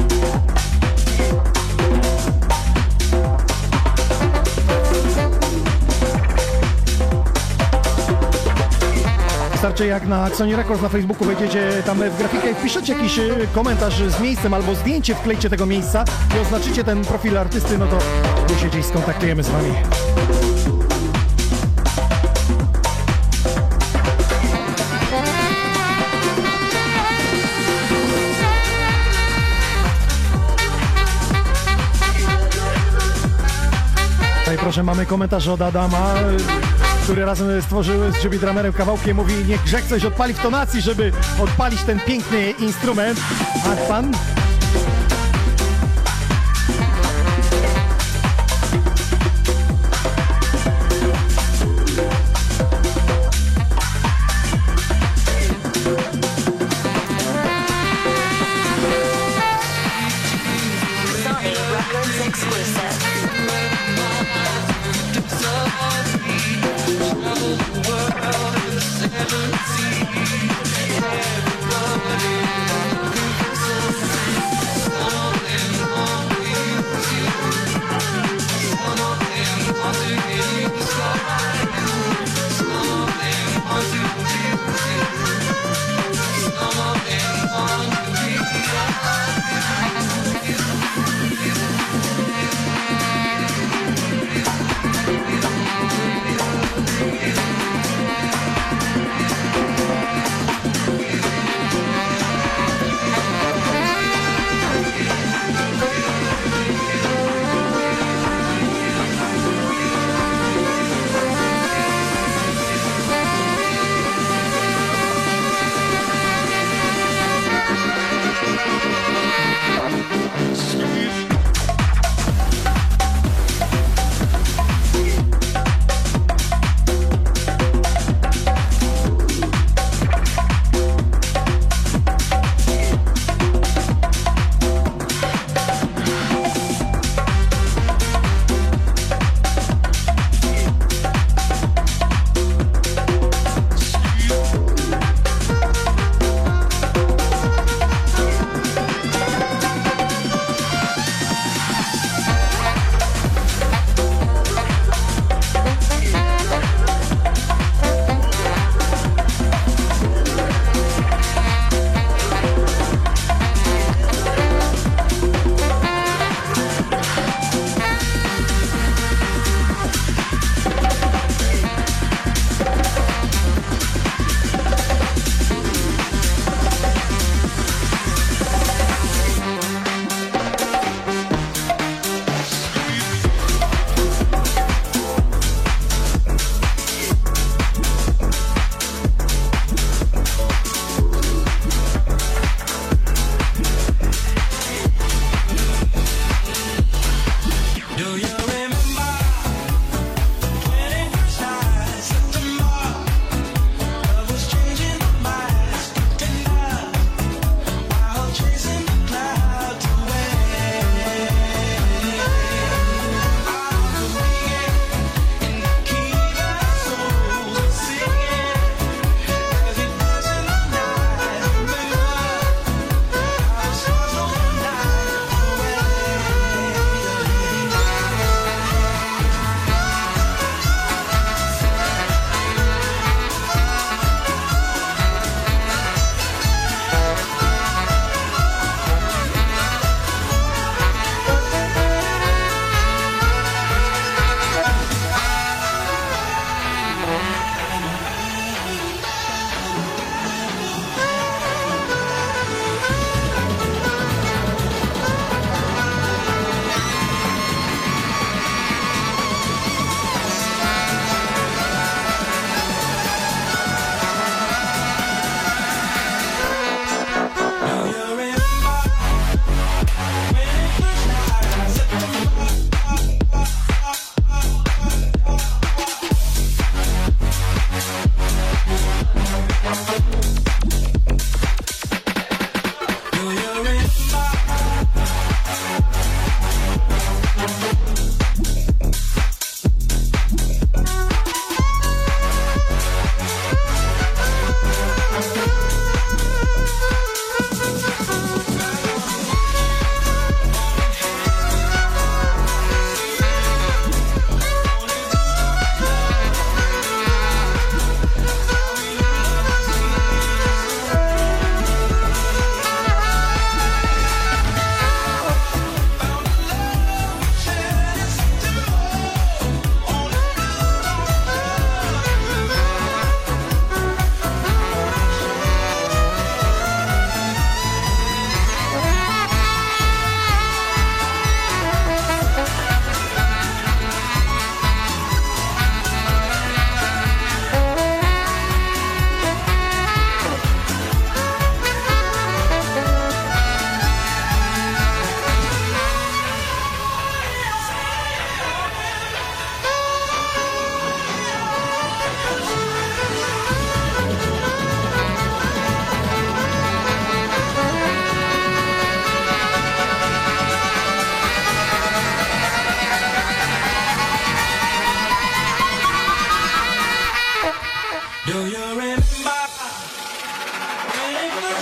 Wystarczy, jak na Xoni Records na Facebooku wejdziecie tam w grafikę i wpiszecie jakiś komentarz z miejscem albo zdjęcie, wklejcie tego miejsca i oznaczycie ten profil artysty, no to my się gdzieś skontaktujemy z wami. Tutaj proszę, mamy komentarz od Adama, który razem stworzył z Jubi Dramerem kawałkiem, mówi, niech Grzech coś odpali w tonacji, żeby odpalić ten piękny instrument. A pan? Xoni Records exclusive.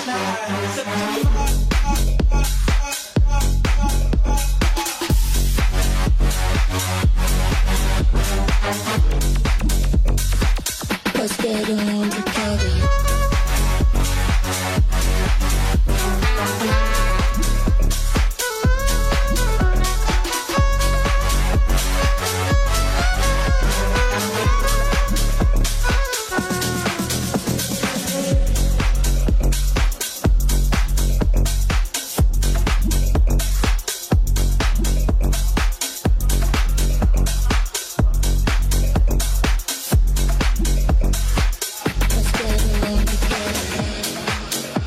What's better undercover? What's better undercover?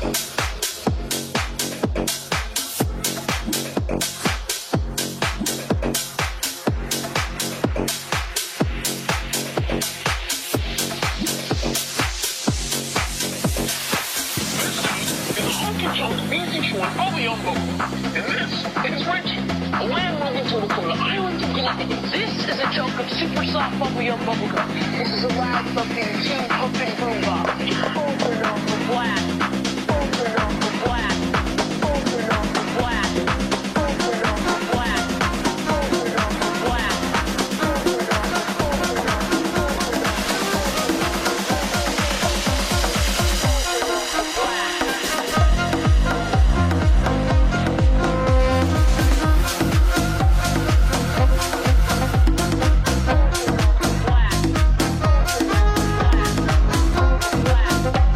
is a honky-tonk music show in Obiombo. And this is Richie, a land moving to from the island of Galapagos. This is a chunk of super soft bubblegum bubblegum. This is a loud thumping, tune pumping boom bop. Open up the black. Open up the black. Open up the black. Open up the black. Open up the black. Open up black.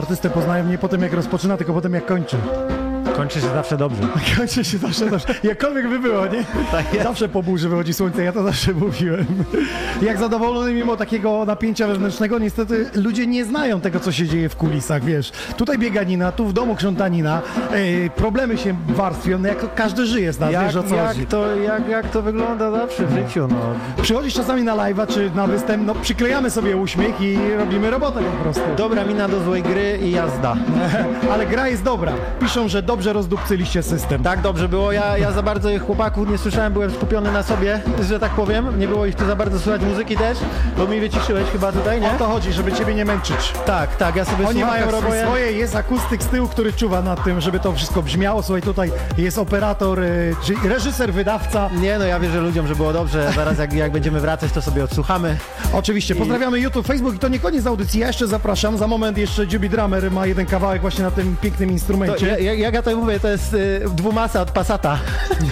artystę poznają nie po tym, jak rozpoczyna, tylko po tym, jak kończy. Kończy się zawsze dobrze. Kończy się zawsze dobrze. Jakkolwiek by było, nie? Tak jest. Zawsze po burzy wychodzi słońce, ja to zawsze mówiłem. Jak zadowolony mimo takiego napięcia wewnętrznego, niestety ludzie nie znają tego, co się dzieje w kulisach, wiesz. Tutaj bieganina, tu w domu krzątanina, ej, problemy się warstwią, no jak każdy żyje z nas, Jak, wiesz o co jak, chodzi. to, jak, jak to wygląda zawsze w życiu, no. Przychodzisz czasami na live'a czy na występ, no przyklejamy sobie uśmiech i robimy robotę po prostu. Dobra mina do złej gry i jazda. Ale gra jest dobra. Piszą, że dobrze rozdupcyliście system. Tak dobrze było, ja, ja za bardzo ich chłopaków nie słyszałem, byłem skupiony na sobie, że tak powiem. Nie było ich tu za bardzo słychać, muzyki też, bo mi wyciszyłeś chyba tutaj, nie? O to chodzi, żeby ciebie nie męczyć. Tak, tak, ja sobie Oni mają słuchawkach robić swoje, jest akustyk z tyłu, który czuwa nad tym, żeby to wszystko brzmiało. Słuchaj, tutaj jest operator, y, czyli reżyser, wydawca. Nie no, ja wierzę ludziom, że było dobrze, zaraz jak, jak będziemy wracać, to sobie odsłuchamy. Oczywiście, pozdrawiamy YouTube, Facebook i to nie koniec audycji, ja jeszcze zapraszam. Za moment jeszcze Jubi Drummer ma jeden kawałek właśnie na tym pięknym To, instrumencie. ja- jak, jak ja to mówię, to jest y, dwumasa od Passata.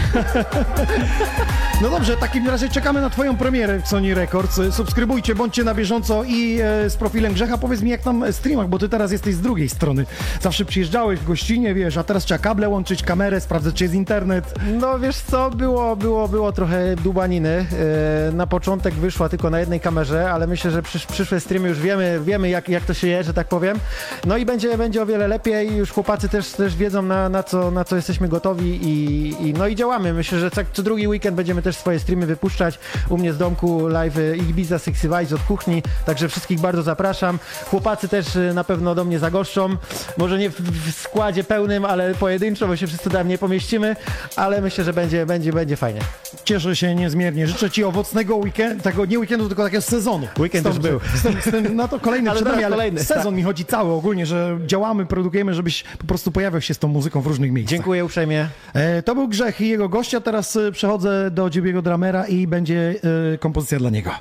No dobrze, w takim razie czekamy na twoją premierę w Sony Records. Subskrybujcie, bądźcie na bieżąco i e, z profilem Grzecha. Powiedz mi, jak tam streamach, bo ty teraz jesteś z drugiej strony. Zawsze przyjeżdżałeś w gościnie, wiesz, a teraz trzeba kable łączyć, kamerę, sprawdzać, czy jest internet. No wiesz co, było, było, było trochę dubaniny. E, na początek wyszła tylko na jednej kamerze, ale myślę, że przysz, przyszłe streamy już wiemy, wiemy jak, jak to się je, że tak powiem. No i będzie, będzie o wiele lepiej. Już chłopacy też, też wiedzą, na, na, co, na co jesteśmy gotowi i, i no i działamy. Myślę, że tak co drugi weekend będziemy też swoje streamy wypuszczać. U mnie z domku live Ibiza Sexy Vibes od kuchni, także wszystkich bardzo zapraszam. Chłopacy też y, na pewno do mnie zagoszczą. Może nie w, w składzie pełnym, ale pojedynczo, bo się wszyscy tam nie pomieścimy, ale myślę, że będzie, będzie, będzie fajnie. Cieszę się niezmiernie. Życzę ci owocnego weekendu, tego nie weekendu, tylko takiego sezonu. Weekend Stąd, już był. Stąd, stąd, no to kolejny Ale przed nami, teraz ale kolejny, sezon tak. mi chodzi cały ogólnie, że działamy, produkujemy, żebyś po prostu pojawiał się z tą muzyką w różnych miejscach. Dziękuję uprzejmie. E, to był Grzech i jego gościa. Teraz e, przechodzę do Dziubiego Dramera i będzie e, kompozycja dla niego.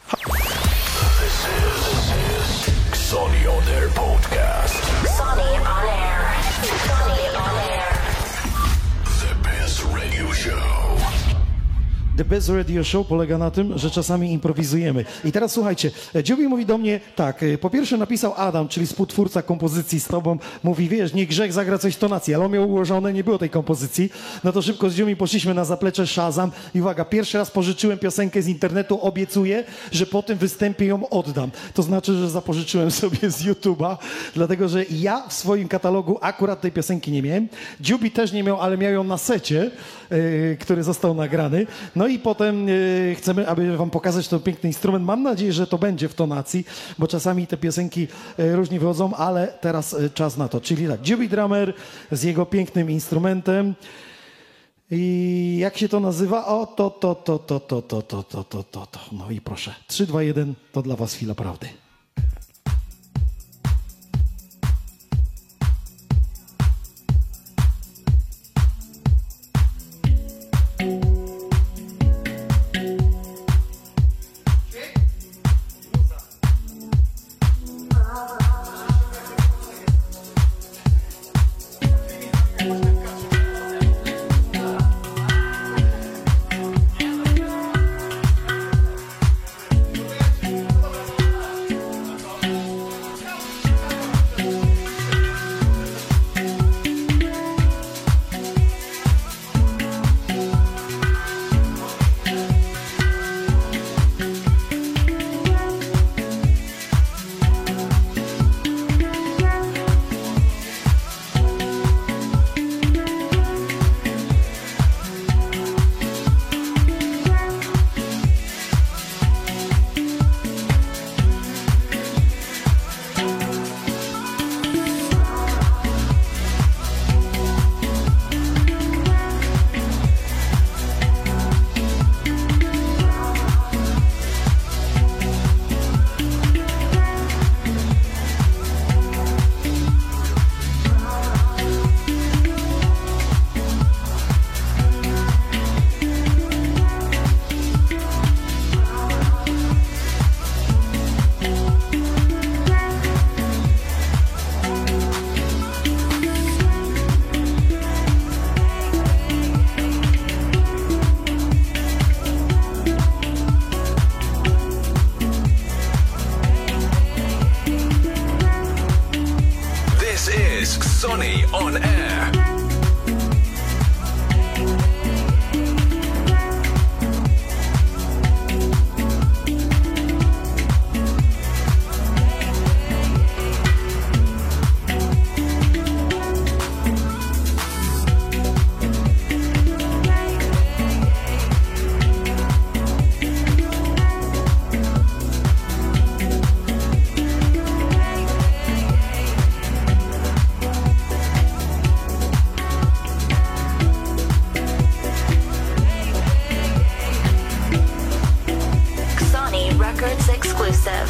Sony on Air Podcast. Sony on air. Sony on air. The best radio show. The Best Radio Show polega na tym, że czasami improwizujemy. I teraz słuchajcie, Dziubi mówi do mnie tak, y, po pierwsze napisał Adam, czyli współtwórca kompozycji z tobą, mówi, wiesz, nie Grzech zagra coś w tonacji, ale on miał ułożone, nie było tej kompozycji. No to szybko z Dziubi poszliśmy na zaplecze Shazam i uwaga, pierwszy raz pożyczyłem piosenkę z internetu, obiecuję, że po tym występie ją oddam. To znaczy, że zapożyczyłem sobie z YouTube'a, dlatego, że ja w swoim katalogu akurat tej piosenki nie miałem. Dziubi też nie miał, ale miał ją na secie, y, który został nagrany. No i potem y, chcemy, aby wam pokazać ten piękny instrument. Mam nadzieję, że to będzie w tonacji, bo czasami te piosenki y, różnie wychodzą, ale teraz y, czas na to. Czyli tak, Jubi Drummer z jego pięknym instrumentem. I jak się to nazywa? O, to, to, to, to, to, to, to, to, to, to, to. No i proszę. trzy, dwa, jeden, to dla was chwila prawdy. on air. Sony Records exclusive.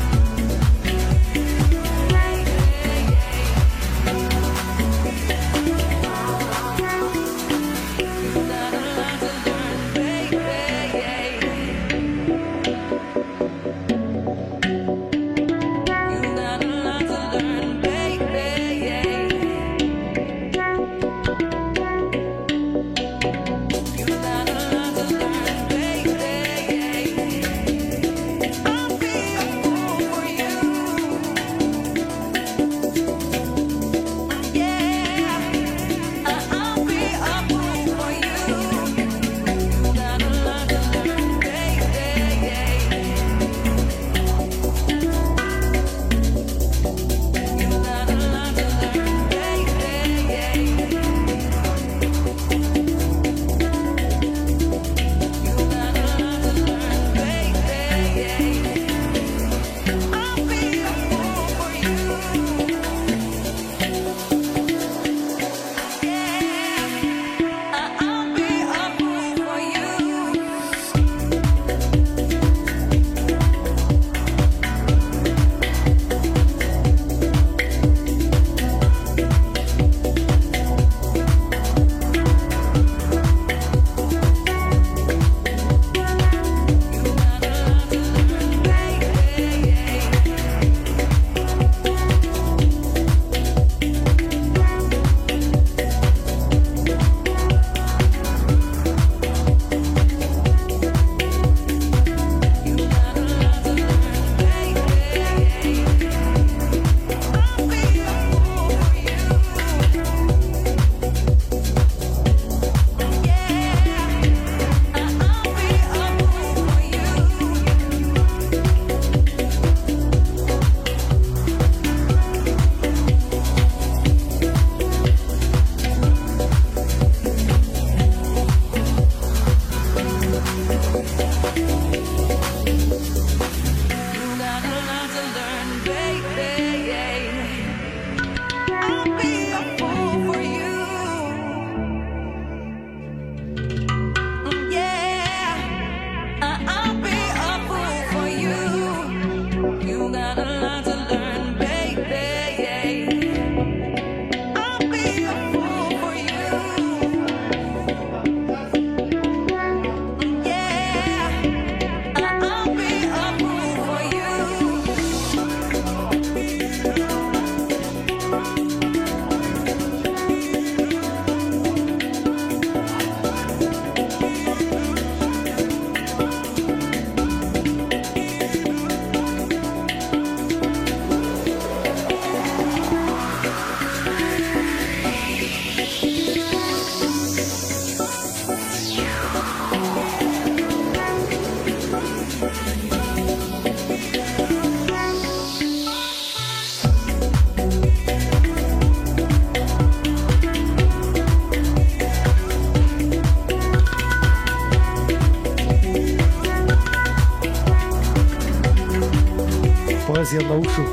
Poezja dla uszu.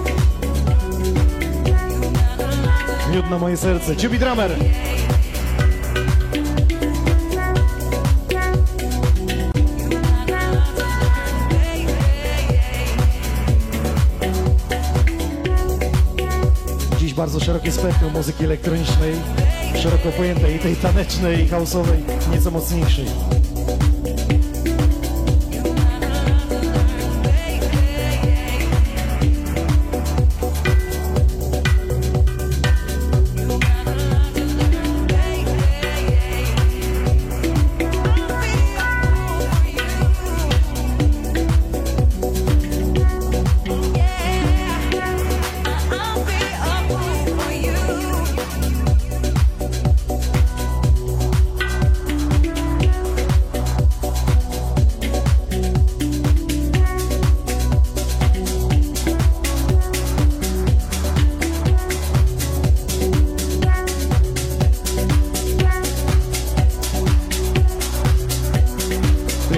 Miód na moje serce. Jubi Drummer. Dziś bardzo szerokie spektrum muzyki elektronicznej, szeroko pojętej, i tej tanecznej, i house'owej, nieco mocniejszej.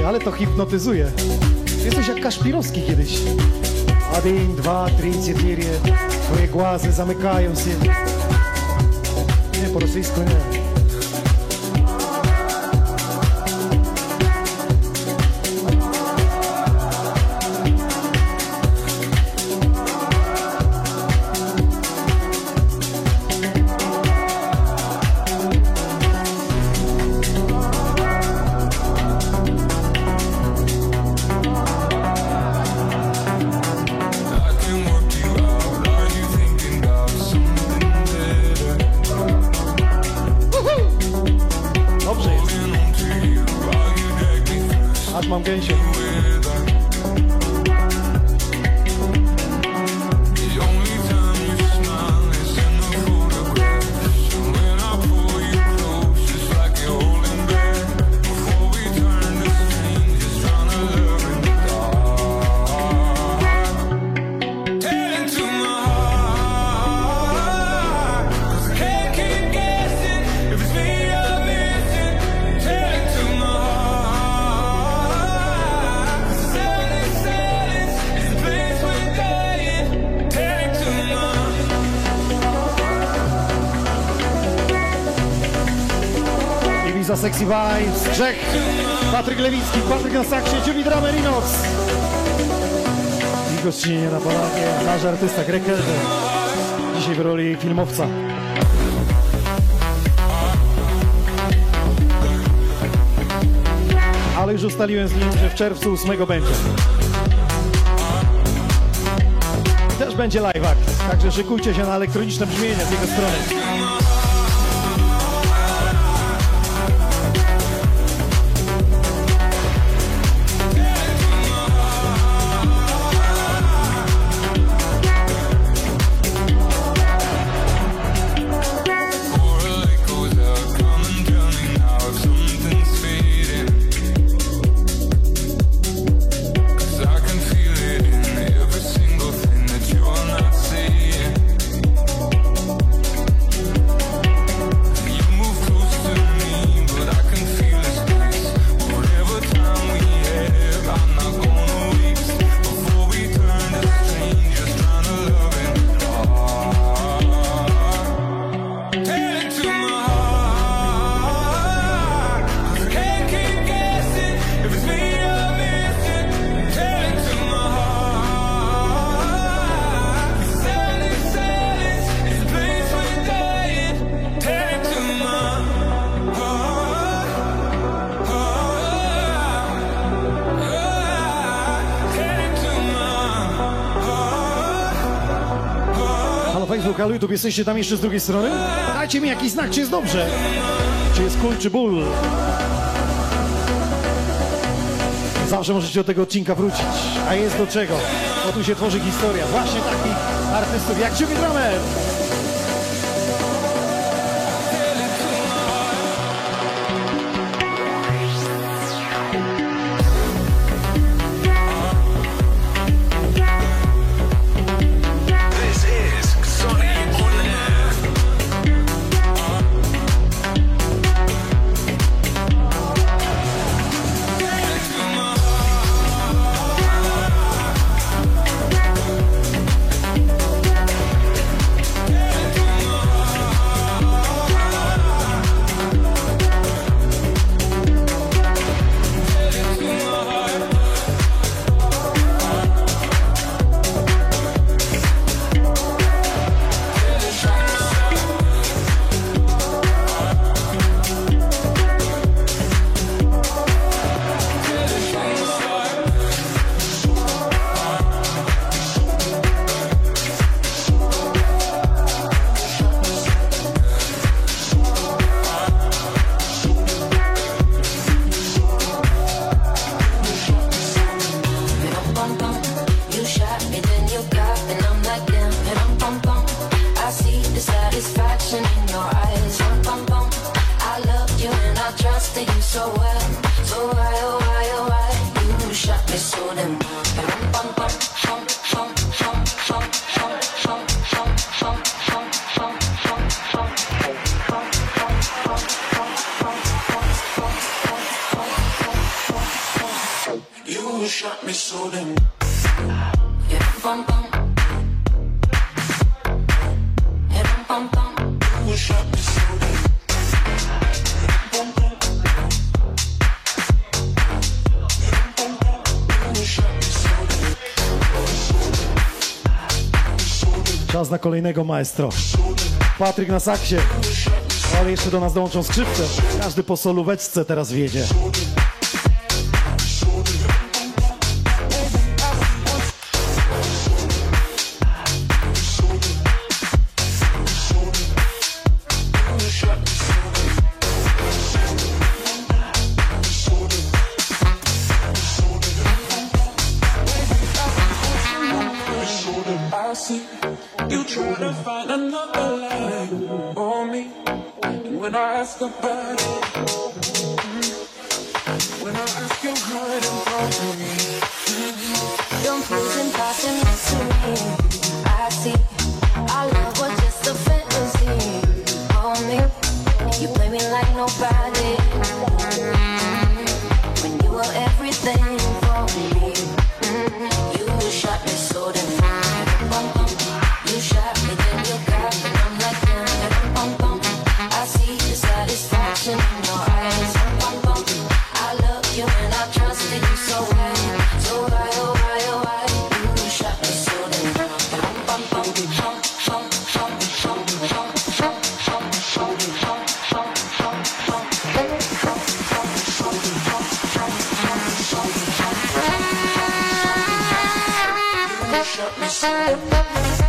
Ale to hipnotyzuje. Jesteś jak Kaszpirowski kiedyś. Один, два, три, cztery. Twoje głazy zamykają się. Nie, po rosyjsku nie. Mam gęsię. Za Sexy Vibes, Czech, Patryk Lewicki, Patryk na saksie, Julie Dramer i Noc. I gościnie na Polakie, nasz artysta Greg Helder, dzisiaj w roli filmowca. Ale już ustaliłem z nim, że w czerwcu ósmego będzie. I też będzie live act, także szykujcie się na elektroniczne brzmienie z jego strony. Facebook, halo YouTube, jesteście tam jeszcze z drugiej strony? Dajcie mi jakiś znak, czy jest dobrze. Czy jest kul, czy ból. Zawsze możecie do tego odcinka wrócić. A jest do czego? Bo tu się tworzy historia. Właśnie takich artystów jak Julie Dramer. me so then. Yeah, bum bum. Yeah, bum bum. You shot me so then. Bum bum. Bum bum. You shot me so then. Czas na kolejnego maestro. Patryk na saksie. Ale jeszcze do nas dołączą skrzypce. Każdy po solóweczce teraz wiedzie. I see you try to find another line on me. And when I ask about it, when I ask you hiding from me, Don't please and passing next to me. I see our love was just a fantasy. On me, you play me like nobody. When you were everything for me, you shot me so damn. Bum bum, you shot me then you got me. I'm like damn. Bum bum, I see the satisfaction in your eyes. Bum bum, I love you and I trusted you so well. So why, oh why, oh why, you shot me so damn. Bum bum, bum bum, bum bum, bum bum, bum bum, bum bum, bum bum, bum. shot me so.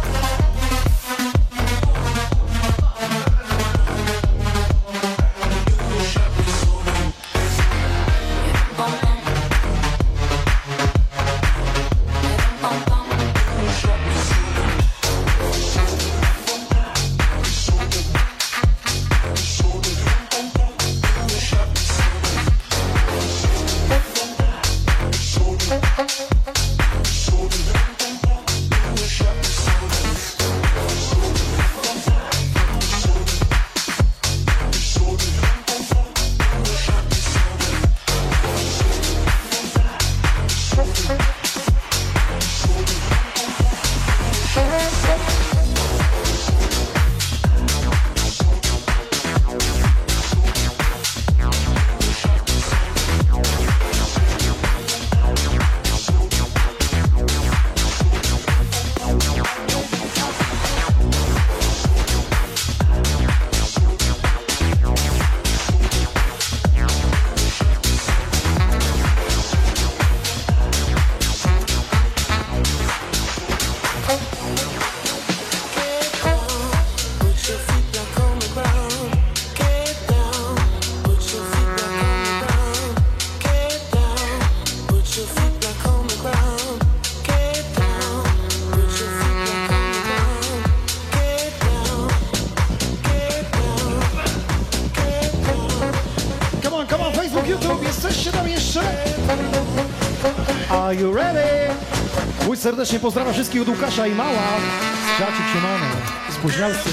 Are you ready? Mój serdecznie pozdrawiam wszystkich od Łukasza i Mała. Czacik, siemano. Spóźnialcy.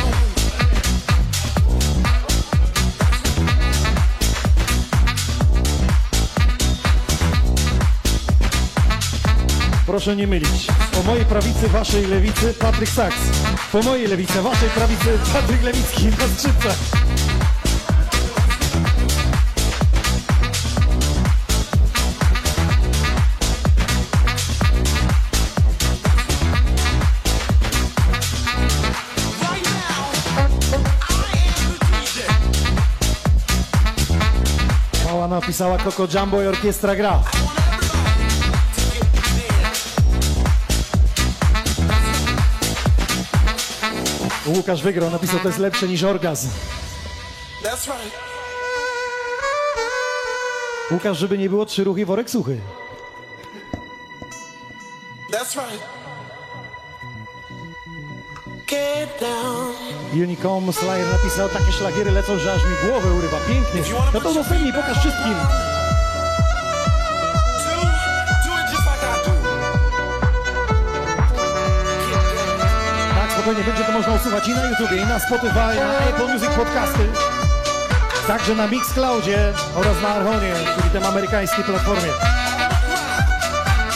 Proszę nie mylić. Po mojej prawicy, waszej lewicy Patryk Saks. Po mojej lewicy, waszej prawicy Patryk Lewicki na skrzypcach. Mała napisała Coco Jumbo i orkiestra gra. Łukasz wygrał, napisał, to jest lepsze niż orgazm. That's right. Łukasz, żeby nie było, trzy ruchy, worek suchy. That's right. Get down. Unicom Slayer napisał, takie szlagiery lecą, że aż mi głowę urywa. Pięknie. No to udostępnij, pokaż wszystkim. Do, do it just like I do. Tak, spokojnie, będzie to można usłuchać i na YouTubie, i na Spotify, na Apple Music Podcasty. Także na Mixcloudzie oraz na Archonie, czyli tym amerykańskiej platformie.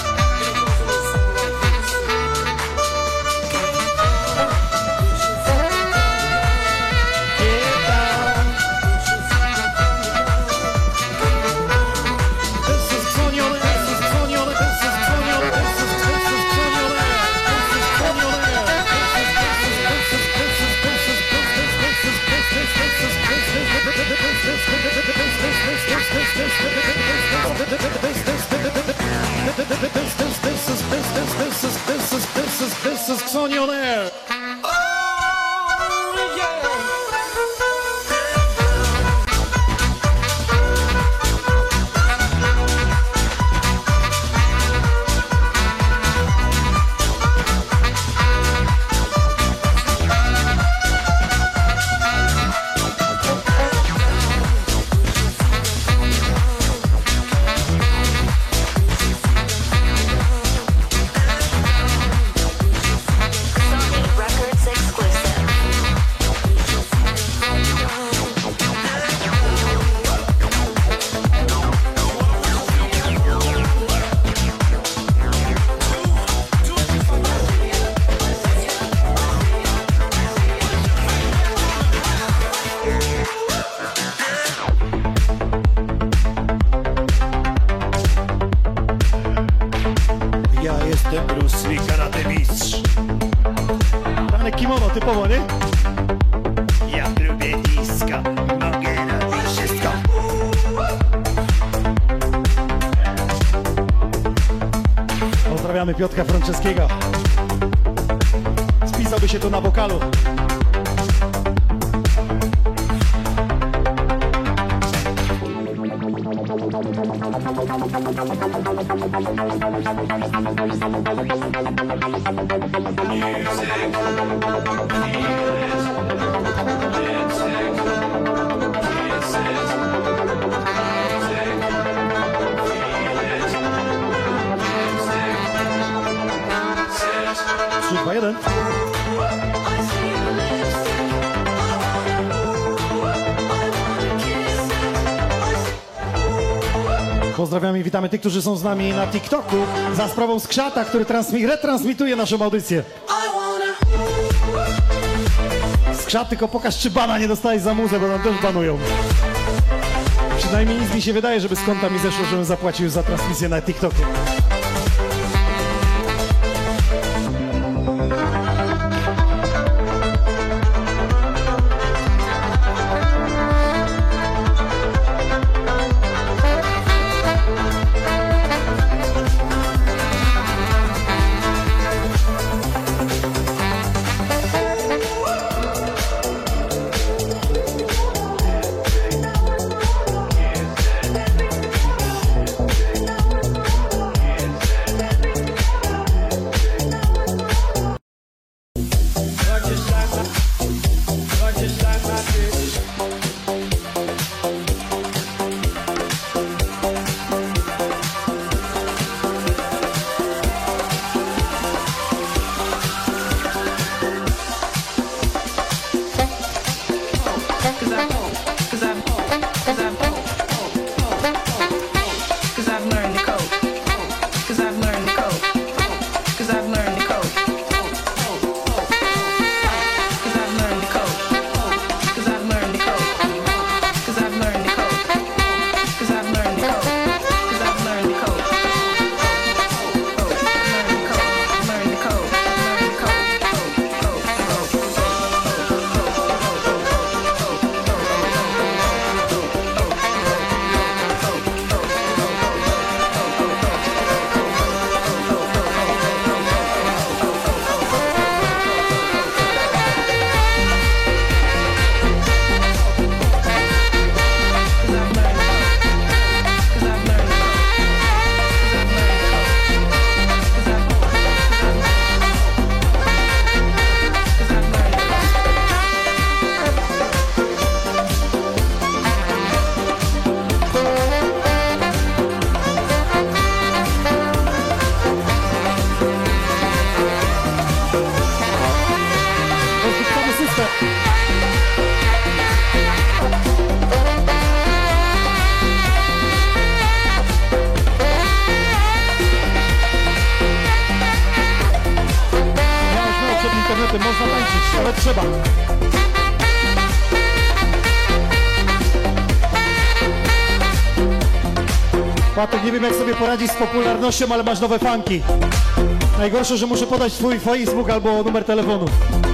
typowo, nie? Ja lubię disco, mogę robić wszystko. Pozdrawiamy Piotrka Franceskiego. Spisałby się tu na wokalu. trzy, dwa, jeden. Pozdrawiamy i witamy tych, którzy są z nami na TikToku za sprawą Skrzata, który transmi- retransmituje naszą audycję. Skrzat, tylko pokaż, czy bana nie dostałeś za muzę, bo nam też banują. Przynajmniej nic mi się wydaje, żeby z konta mi zeszło, żebym zapłacił za transmisję na TikToku. Można tańczyć, ale trzeba. Patek, nie wiem jak sobie poradzić z popularnością, ale masz nowe funki. Najgorsze, że muszę podać twój Facebook albo numer telefonu.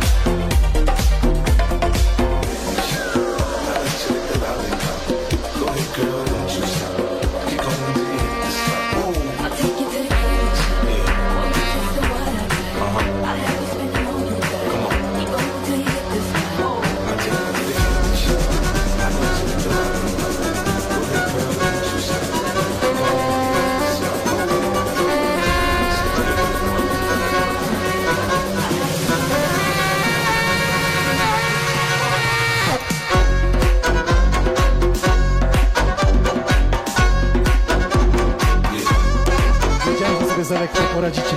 Z elektro poradzicie.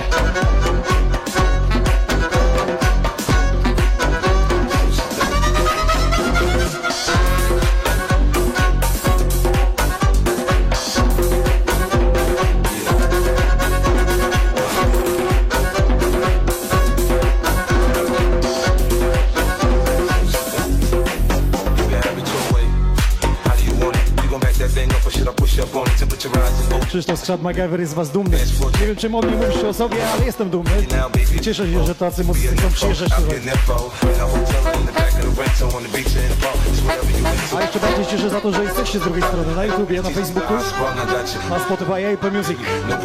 How do you want it? You gon' back that thing up or should I push Krzysztof Skrzat-MacGyver jest z was dumny. Nie wiem, czy mogli mówić o sobie, ale jestem dumny. I cieszę się, że tacy muzycy chcą przyjeżdżać tutaj. A jeszcze bardziej cieszę za to, że jesteście z drugiej strony na YouTubie, na Facebooku, na Spotify i Apple Music.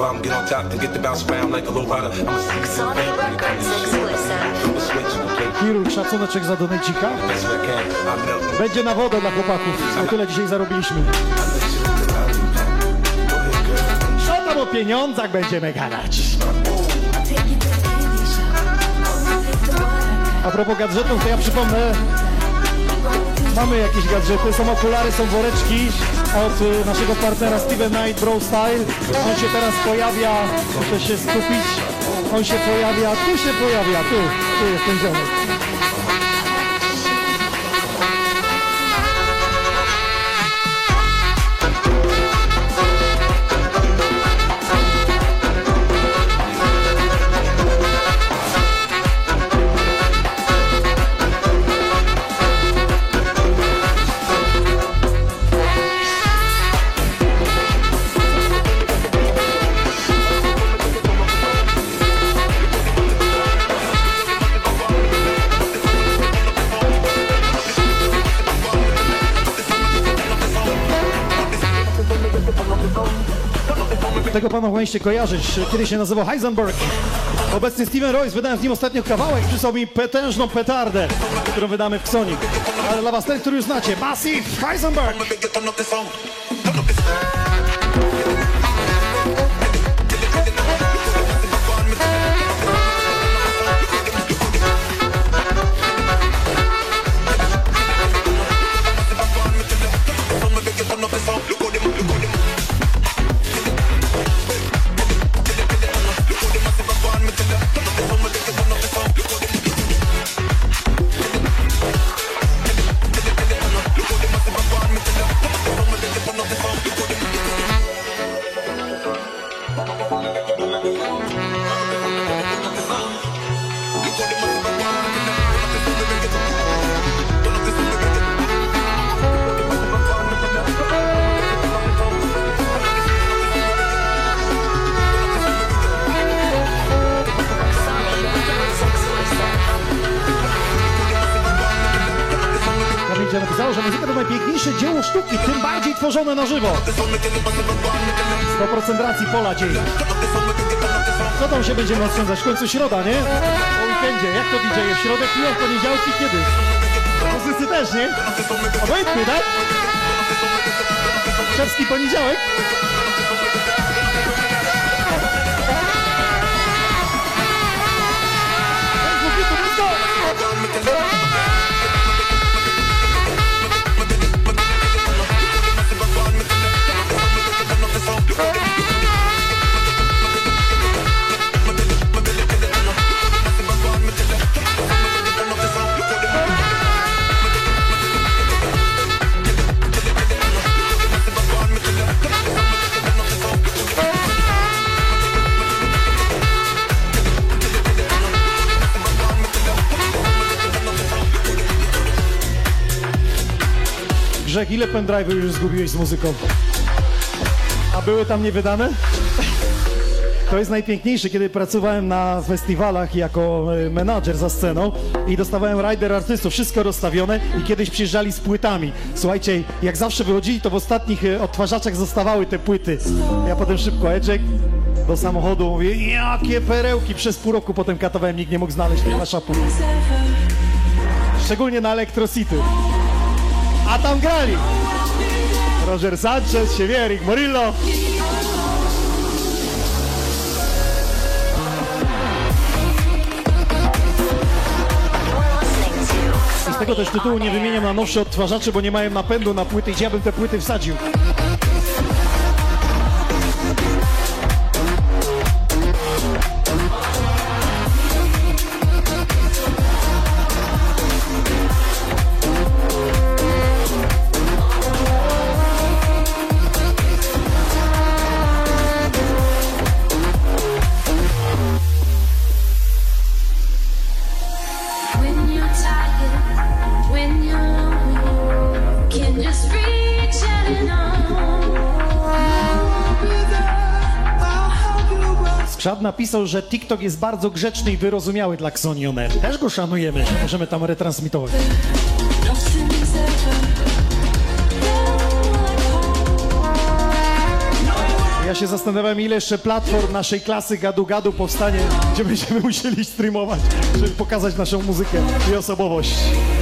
Sony Records exclusive. Chirurg, szacuneczek za donejcika. Będzie na wodę dla chłopaków. O tyle dzisiaj zarobiliśmy. No tam o pieniądzach będziemy gadać. A propos gadżetów, to ja przypomnę, mamy jakieś gadżety, są okulary, są woreczki od y, naszego partnera Steven Knight Bro Style. On się teraz pojawia, muszę się skupić, on się pojawia, tu się pojawia, tu, tu jest ten ziomek. Tego pana powinniście kojarzyć. Kiedyś się nazywał Heisenberg. Obecnie Steven Royce, wydałem z nim ostatnio kawałek, przysłał mi potężną petardę, którą wydamy w Xonic. Ale dla was ten, który już znacie, Massive Heisenberg! Napisało, że muzyka to najpiękniejsze dzieło sztuki, tym bardziej tworzone na żywo. sto procent racji Pola dzień. Co tam się będziemy oszczędzać? W końcu środa, nie? Po weekendzie. Jak to D J? W środę piją, w poniedziałki kiedy? Muzycy też, nie? Obojętnie, tak? Czerwski poniedziałek? Grzech, ile pendrive'y już zgubiłeś z muzyką? A były tam niewydane? To jest najpiękniejsze, kiedy pracowałem na festiwalach jako menadżer za sceną i dostawałem rider artystów, wszystko rozstawione i kiedyś przyjeżdżali z płytami. Słuchajcie, jak zawsze wychodzili, to w ostatnich odtwarzaczach zostawały te płyty. Ja potem szybko Edżek do samochodu mówię, jakie perełki, przez pół roku potem katowałem, nikt nie mógł znaleźć tych maszapów. Szczególnie na Electro City. A tam grali Roger Sanchez, Siewierik, Morillo. I z tego też tytułu nie wymieniam na nowsze odtwarzacze, bo nie mają napędu na płyty, gdzie ja bym te płyty wsadził. When you're lonely, can just reach out and on. Szad napisał, że TikTok jest bardzo grzeczny i wyrozumiały dla Xoni On Air. Też go szanujemy, że możemy tam retransmitować. Ja się zastanawiam, ile jeszcze platform naszej klasy gadu-gadu powstanie, gdzie będziemy musieli streamować, żeby pokazać naszą muzykę i osobowość.